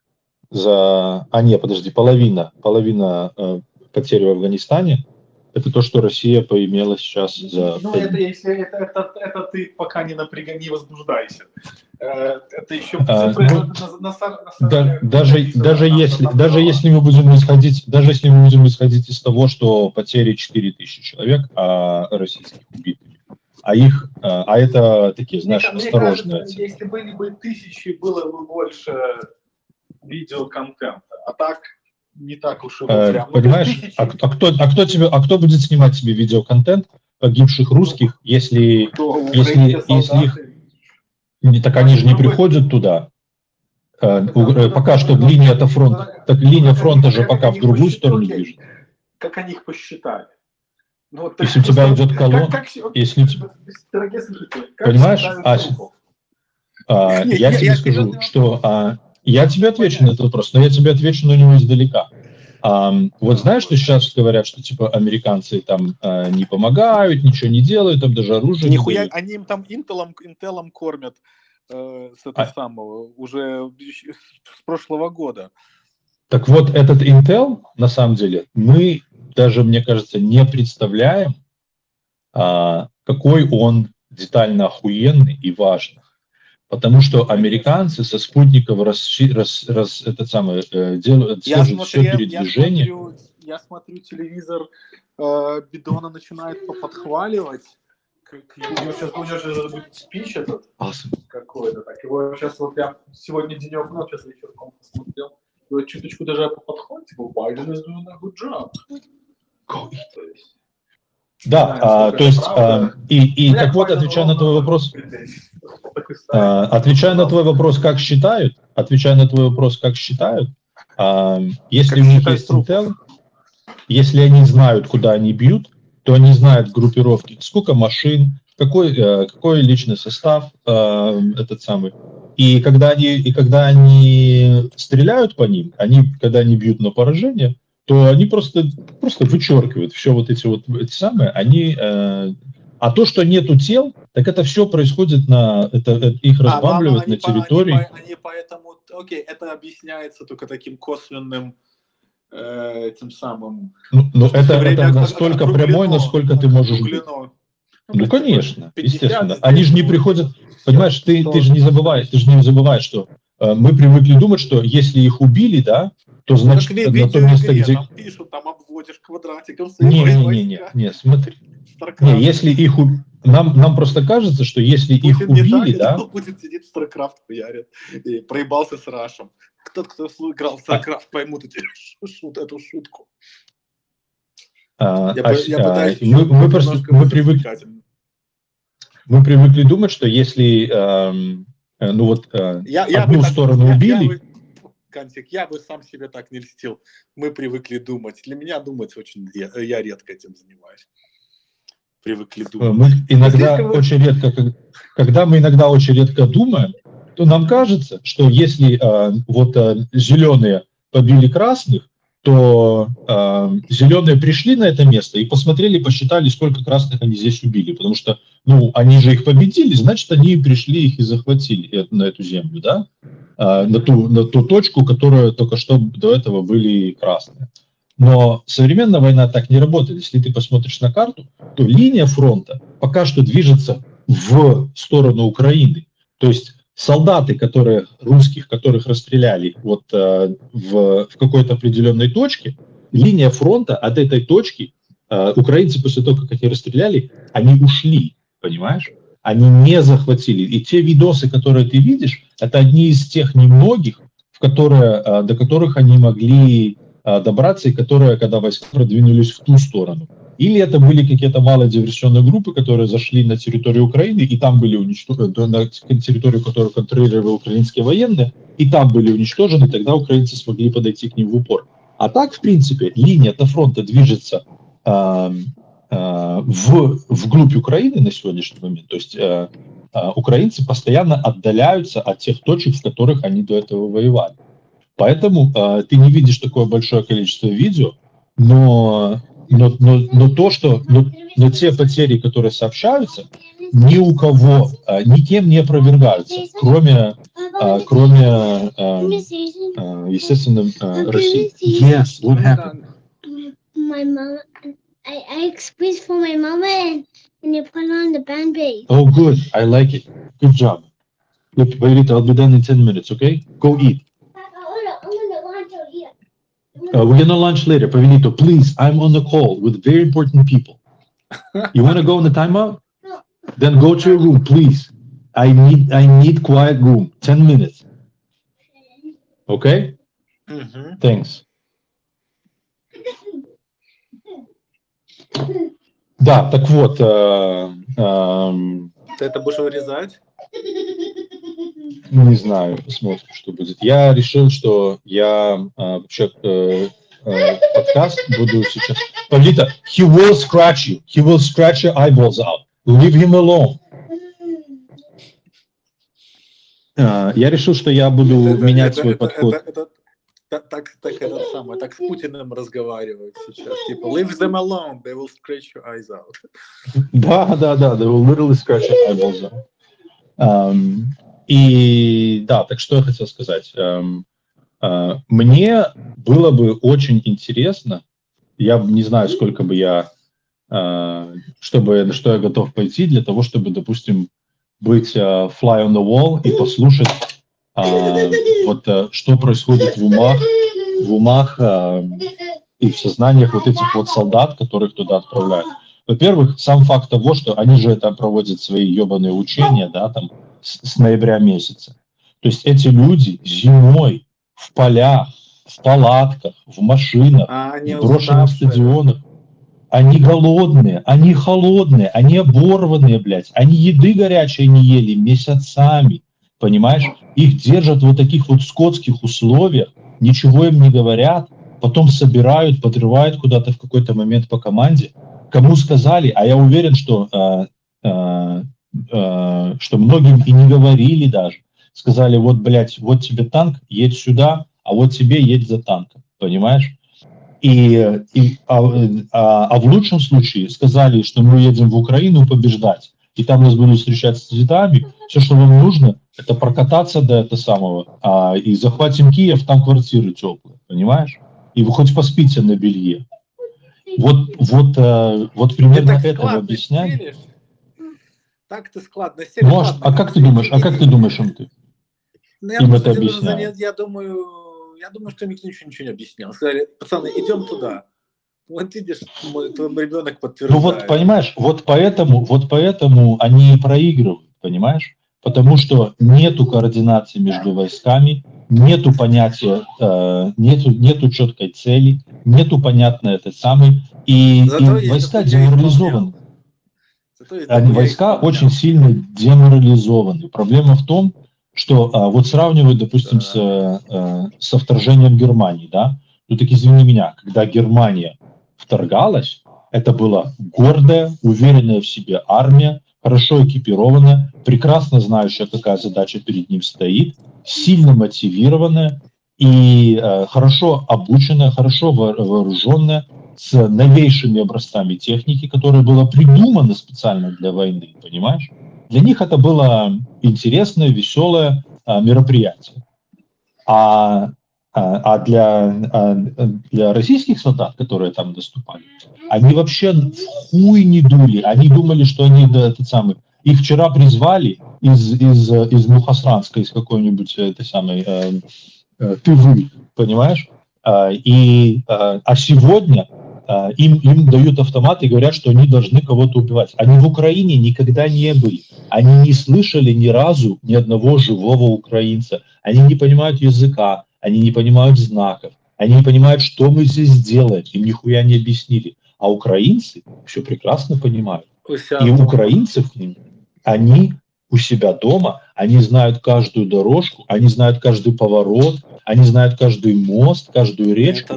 Speaker 2: половина потерь в Афганистане. Это то, что Россия поимела сейчас за...
Speaker 3: Ну, это ты пока не напрягай, не возбуждайся. Это еще...
Speaker 2: Даже если мы будем исходить из того, что потери 4000 человек, российских убитыми, а это такие, знаешь, осторожные.
Speaker 3: Кажется, если были бы 1000, было бы больше видеоконтента. А так... Не так уж и прям.
Speaker 2: Понимаешь, кто будет снимать себе видеоконтент погибших русских, если их... Так они же не приходят туда. Пока что линия фронта же пока в другую сторону движется.
Speaker 3: Как они их посчитали?
Speaker 2: Если у тебя идет колонна... Понимаешь, я тебе скажу, что... Я тебе отвечу на этот вопрос, но я тебе отвечу на него издалека. Вот знаешь, что сейчас говорят, что типа американцы там не помогают, ничего не делают, там даже оружие
Speaker 6: нихуя, они им там интелом кормят с этого самого, уже с прошлого года.
Speaker 2: Так вот, этот Intel, на самом деле, мы даже, мне кажется, не представляем, какой он детально охуенный и важный. Потому что американцы со спутников слежат все передвижение.
Speaker 3: Я смотрю телевизор, Бидона начинает подхваливать. У него сейчас будет спич этот какой-то. Так, его сейчас вот я сегодня денек, сейчас вечерком посмотрел. И вот чуточку даже подходит, типа, Байден is doing a good job.
Speaker 2: Да, то есть, так вот, отвечая на твой вопрос, как считают, если у них есть Intel, если они знают, куда они бьют, то они знают группировки, сколько машин, какой личный состав, и когда они стреляют по ним, когда они бьют на поражение, то они просто вычеркивают все вот эти самые, а то, что нету тел, так это все происходит их разбомбливают на территории.
Speaker 3: Они поэтому, окей, это объясняется только таким косвенным тем самым.
Speaker 2: Но это настолько прямой, насколько ты можешь быть. Ну, конечно, естественно. Они же не приходят, понимаешь, ты же не забывай, что мы привыкли думать, что если их убили, да, то значит на том месте, где...
Speaker 3: Там пишут, там обводишь квадратиком.
Speaker 2: Не, смотри. Если их нам просто кажется, что если их убили, да...
Speaker 3: Путин сидит в StarCraft хуярит и проебался с Рашем. Кто играл в StarCraft, поймут эту шутку.
Speaker 2: Мы привыкли думать, что если одну сторону убили...
Speaker 3: Кантик, я бы сам себе так не льстил. Мы привыкли думать. Для меня думать очень... Я редко этим занимаюсь. Привыкли думать.
Speaker 2: Мы иногда очень редко... Когда мы иногда очень редко думаем, то нам кажется, что если зеленые побили красных, то зеленые пришли на это место и посмотрели, посчитали, сколько красных они здесь убили, потому что, они же их победили, значит, они пришли их и захватили на эту землю, да, на ту точку, которая только что до этого были красные. Но современная война так не работает. Если ты посмотришь на карту, то линия фронта пока что движется в сторону Украины. То есть солдаты, русских, которых расстреляли в какой-то определенной точке, линия фронта от этой точки, украинцы после того, как их расстреляли, они ушли, понимаешь? Они не захватили. И те видосы, которые ты видишь, это одни из тех немногих, до которых они могли добраться, и которые, когда войска продвинулись в ту сторону. Или это были какие-то малые диверсионные группы, которые зашли на территорию Украины, и там были уничтожены, на территорию, которую контролировали украинские военные, и там были уничтожены, тогда украинцы смогли подойти к ним в упор. А так, в принципе, линия-то фронта движется вглубь Украины на сегодняшний момент. То есть украинцы постоянно отдаляются от тех точек, в которых они до этого воевали. Поэтому ты не видишь такое большое количество видео, но те потери, которые сообщаются, ни у кого, никем не опровергаются, кроме естественно, России. Yes, what happened?
Speaker 5: My mom, I squeezed for my mama and you put on the Band-Aid.
Speaker 2: Oh, good. I like it. Good job. Look, Pavelita, I'll be done in 10 minutes, okay? Go eat. We're gonna lunch later. Pavelito, please, I'm on the call with very important people. You want to go on the timeout?
Speaker 5: No.
Speaker 2: Then go to your room, please. I need quiet room. 10 minutes. Okay?
Speaker 1: Мгм.
Speaker 2: Thanks. Да, так вот.
Speaker 1: Ты это будешь вырезать?
Speaker 2: Не знаю, посмотрим, что будет. Я решил, что я вообще подкаст буду сейчас... Павлита, he will scratch you. He will scratch your eyeballs out. Leave him alone. Я решил, что я буду менять свой подход.
Speaker 1: Так с Путиным разговаривают сейчас. Типа, leave them alone, they will scratch your eyes out.
Speaker 2: Да, they will literally scratch your eyeballs out. И да, так что я хотел сказать. Мне было бы очень интересно, я не знаю, сколько бы я, на что я готов пойти для того, чтобы, допустим, быть fly on the wall и послушать, что происходит в умах и в сознаниях вот этих вот солдат, которых туда отправляют. Во-первых, сам факт того, что они же это проводят свои ебаные учения, да, там, с ноября месяца. То есть эти люди зимой в полях, в палатках, в машинах, в брошенных стадионах, они голодные, они холодные, они оборванные, блядь, они еды горячей не ели месяцами, понимаешь? Их держат в вот таких вот скотских условиях, ничего им не говорят, потом собирают, подрывают куда-то в какой-то момент по команде. Кому сказали, а я уверен, что многим и не говорили даже. Сказали, вот, блядь, вот тебе танк, едь сюда, а вот тебе едь за танком, понимаешь? А в лучшем случае сказали, что мы едем в Украину побеждать, и там нас будут встречать с цветами, все, что вам нужно, это прокататься до этого самого, и захватим Киев, там квартиры теплые, понимаешь? И вы хоть поспите на белье. Вот примерно этого объясняли.
Speaker 1: Так ты складно селишь.
Speaker 2: Может, а как ты думаешь, им это объясняют?
Speaker 1: Я думаю, что никто ничего не объяснял. Сказали, пацаны, идем туда. Вот видишь, твой ребенок подтверждает.
Speaker 2: Ну вот, понимаешь, вот поэтому они и проигрывают, понимаешь? Потому что нету координации между войсками, нету понятия, нету четкой цели, нету понятной этой самой, и войска деморализованы. Войска очень сильно деморализованы. Проблема в том, что вот сравнивают, допустим, со вторжением Германии, да? Ну так извини меня, когда Германия вторгалась, это была гордая, уверенная в себе армия, хорошо экипированная, прекрасно знающая, какая задача перед ним стоит, сильно мотивированная и хорошо обученная, хорошо вооруженная, с новейшими образцами техники, которая была придумана специально для войны, понимаешь? Для них это было интересное, веселое мероприятие. Для российских солдат, которые там наступали, они вообще в хуй не дули. Они думали, что они их вчера призвали из Мухасранска, из какой-нибудь этой самой Тывы, понимаешь? А сегодня им дают автомат и говорят, что они должны кого-то убивать. Они в Украине никогда не были. Они не слышали ни разу ни одного живого украинца. Они не понимают языка, они не понимают знаков, они не понимают, что мы здесь делаем. Им нихуя не объяснили. А украинцы все прекрасно понимают. И украинцы, они у себя дома, они знают каждую дорожку, они знают каждый поворот, они знают каждый мост, каждую речку.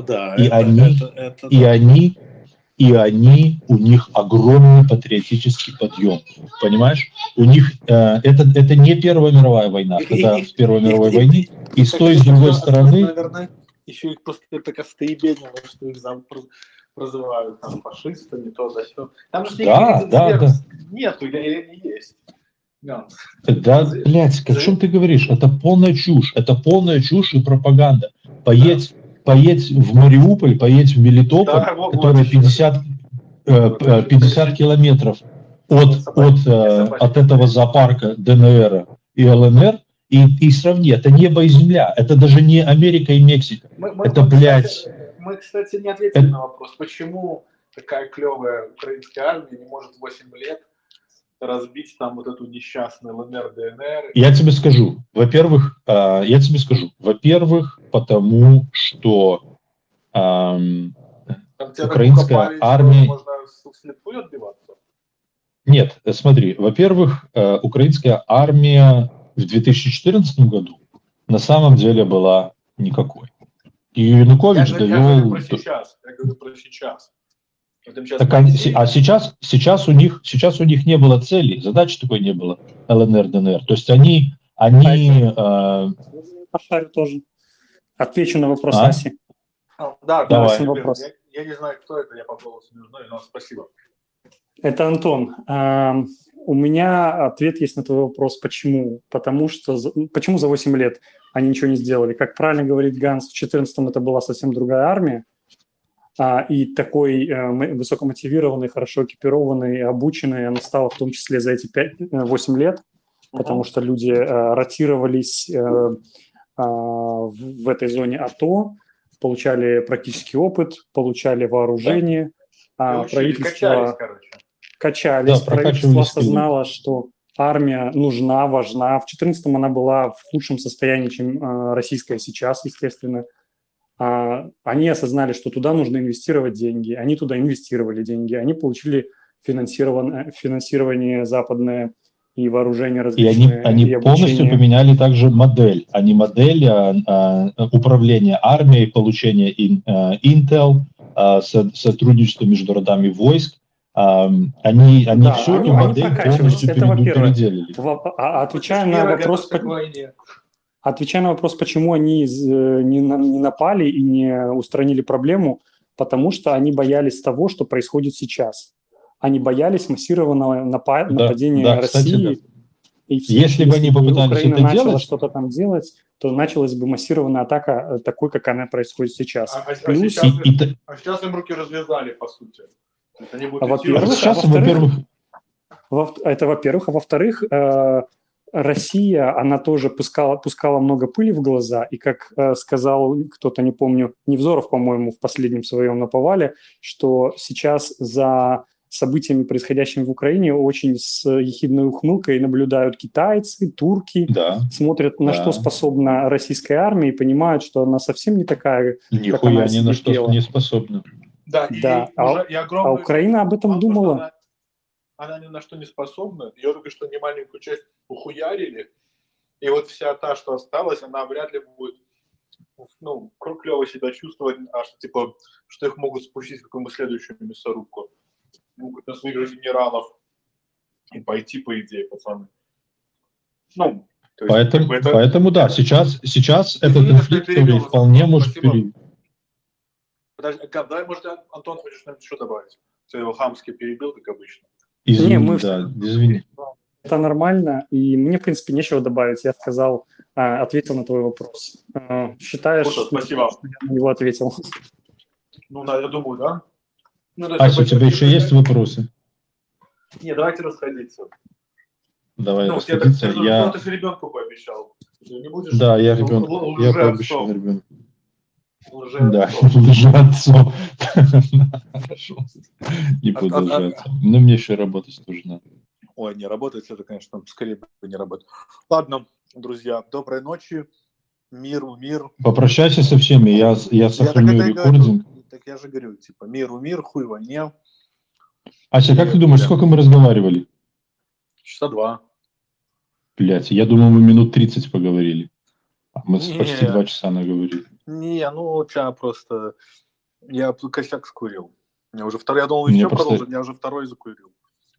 Speaker 2: У них огромный патриотический подъем. Понимаешь? У них это не Первая мировая война. Когда в Первой мировой войне и с той, и с другой стороны...
Speaker 3: Наверное, еще их просто так остаебенило, что их прозывают там фашистами, то да сё. Там же никаких нету или не есть.
Speaker 2: Да, блядь, о чем ты говоришь? Это полная чушь. Это полная чушь и пропаганда. Поедь в Мариуполь, поедь в Мелитополь, который 50 километров от этого зоопарка ДНР и ЛНР, и сравни. Это небо и земля. Это даже не Америка и Мексика.
Speaker 3: Мы, кстати, не ответили на вопрос, почему такая клевая украинская армия не может 8 лет разбить там вот эту несчастную ЛНР, ДНР.
Speaker 2: Я тебе скажу. Во-первых, потому что украинская армия...
Speaker 3: Можно вслепую отбиваться?
Speaker 2: Нет, смотри. Во-первых, украинская армия в 2014 году на самом деле была никакой. И Янукович довел...
Speaker 3: Я говорю про сейчас.
Speaker 2: Сейчас у них не было цели, задачи такой не было, ЛНР, ДНР. То есть они
Speaker 7: Пошарю тоже. Отвечу на вопрос Аси.
Speaker 3: Да,
Speaker 2: давай.
Speaker 7: Вопрос.
Speaker 3: Я не знаю, кто это, я по голосу не знаю, но спасибо.
Speaker 7: Это Антон. У меня ответ есть на твой вопрос. Почему? Почему за 8 лет они ничего не сделали? Как правильно говорит Ганс, в 2014-м это была совсем другая армия. И такой высокомотивированный, хорошо экипированный, обученный она стала в том числе за эти 8 лет, потому что люди ротировались в этой зоне АТО, получали практический опыт, получали вооружение, правительство качались, правительство осознало, что армия нужна, важна. В 2014-м она была в худшем состоянии, чем российская сейчас, естественно. Они осознали, что туда нужно инвестировать деньги. Они туда инвестировали деньги. Они получили финансирование западное и вооружение различные.
Speaker 2: И они полностью поменяли также модель. А не модель, управления армией, получения Intel, сотрудничество между родами войск. Они всю эту модель полностью переделали.
Speaker 7: Отвечая на вопрос, почему они не напали и не устранили проблему, потому что они боялись того, что происходит сейчас. Они боялись массированного нападения России. И если бы Украина начала что-то там делать, то началась бы массированная атака такой, как она происходит сейчас.
Speaker 3: Сейчас им руки развязали, по сути.
Speaker 7: Во-первых, а во-вторых, Россия, она тоже пускала много пыли в глаза, и, как сказал кто-то, не помню, Невзоров, по-моему, в последнем своем наповале, что сейчас за событиями, происходящими в Украине, очень с ехидной ухмылкой наблюдают китайцы, турки, смотрят, на что способна российская армия, и понимают, что она совсем не такая, как она
Speaker 2: ни на что не способна.
Speaker 7: А Украина об этом думала.
Speaker 3: Она ни на что не способна. Ее только что немаленькую часть ухуярили. И вот вся та, что осталась, она вряд ли будет клево себя чувствовать, что их могут спустить в какую-нибудь следующую мясорубку. Могут на своих же генералов и пойти, по идее, пацаны. Ну, то есть,
Speaker 2: Поэтому,
Speaker 3: как бы это...
Speaker 2: поэтому да, сейчас этот
Speaker 3: Извини, что я
Speaker 2: конфликт
Speaker 3: перебил вас,
Speaker 2: вполне
Speaker 3: Антон,
Speaker 2: может
Speaker 3: спасибо. Подожди, давай, может, Антон, хочешь что-нибудь еще добавить? Ты его хамски перебил, как обычно.
Speaker 2: Извини,
Speaker 7: Не, мы
Speaker 2: да, извини.
Speaker 7: Это нормально, и мне, в принципе, нечего добавить. Я сказал, ответил на твой вопрос. Считаешь,
Speaker 3: Круто, спасибо.
Speaker 7: что я на него ответил?
Speaker 3: Ну, да, я думаю, да. Ну,
Speaker 2: Ася, у тебя еще есть вопросы?
Speaker 3: Не, давайте расходиться.
Speaker 2: Давай
Speaker 3: Ну,
Speaker 2: расходиться.
Speaker 3: Ты же ребенку пообещал. Ты не будешь...
Speaker 2: Да, я ребенку. Я пообещал
Speaker 3: Лжеотцом.
Speaker 2: ребенку. Да,
Speaker 3: Лжеотцом.
Speaker 2: лжеотцом. Хорошо. Не буду лжеотцом. Но мне еще работать тоже надо.
Speaker 3: Ой, не работает это, конечно, скорее бы не работает. Ладно, друзья, доброй ночи. Миру, мир.
Speaker 2: Попрощайся со всеми, я сохраню рекординг.
Speaker 3: Так я же говорю, типа, миру, мир, хуй войне.
Speaker 2: Ася, как ты думаешь, сколько мы разговаривали?
Speaker 3: Часа 2.
Speaker 2: Блять, я думал, мы минут 30 поговорили. А мы
Speaker 3: Не.
Speaker 2: почти 2 часа наговорили.
Speaker 3: Не, ну у тебя просто... Я косяк скурил. Я уже второй, я думал,
Speaker 2: Мне
Speaker 3: еще
Speaker 2: просто-
Speaker 3: продолжим, я уже второй закурил.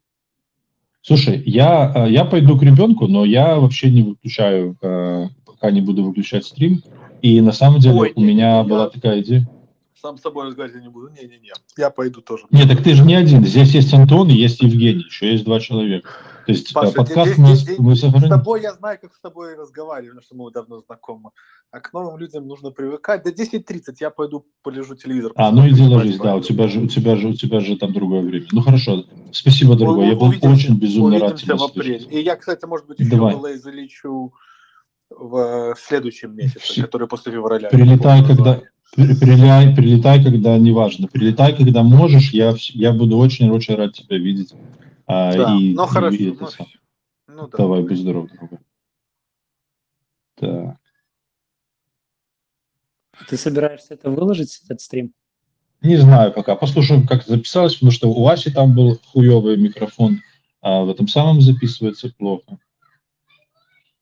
Speaker 2: Слушай, я пойду к ребенку, но я вообще не выключаю, пока не буду выключать стрим. И на самом деле
Speaker 3: Ой,
Speaker 2: у меня
Speaker 3: я-
Speaker 2: была такая идея.
Speaker 3: Сам с собой разговаривать не буду. Не-не-не. Я пойду тоже.
Speaker 2: Нет, так ты же не один. Здесь есть Антон и есть Евгений. Еще есть 2 человека. То есть
Speaker 3: Паша,
Speaker 2: подкаст
Speaker 3: здесь-
Speaker 2: мы
Speaker 3: с
Speaker 2: сохраним.
Speaker 3: тобой я знаю, как с тобой разговариваю, потому что мы давно знакомы. А к новым людям нужно привыкать. До 10:30 я пойду полежу телевизор.
Speaker 2: Ну иди
Speaker 3: посмотрю,
Speaker 2: ложись,
Speaker 3: спать
Speaker 2: да, у
Speaker 3: пойду.
Speaker 2: тебя же там другое время. Ну хорошо, спасибо, дорогой. Я был очень безумно рад
Speaker 3: Увидимся
Speaker 2: тебя
Speaker 3: в апреле.
Speaker 2: слышать.
Speaker 3: И я, кстати, может быть, еще
Speaker 2: Давай.
Speaker 3: LA залечу в следующем месяце, который после февраля.
Speaker 2: Прилетай,
Speaker 3: Не помню
Speaker 2: когда
Speaker 3: название.
Speaker 2: прилетай, когда неважно. Прилетай, когда можешь. Я буду очень-очень рад тебя видеть.
Speaker 3: Да, ну хорошо.
Speaker 2: и это
Speaker 3: Ну,
Speaker 2: самое.
Speaker 3: ну, да.
Speaker 2: Давай, будь здоров, дорогой. Так.
Speaker 7: Ты собираешься это выложить, этот стрим?
Speaker 2: Не знаю пока. Послушаем, как записалось, потому что у Аси там был хуёвый микрофон, а в этом самом записывается плохо.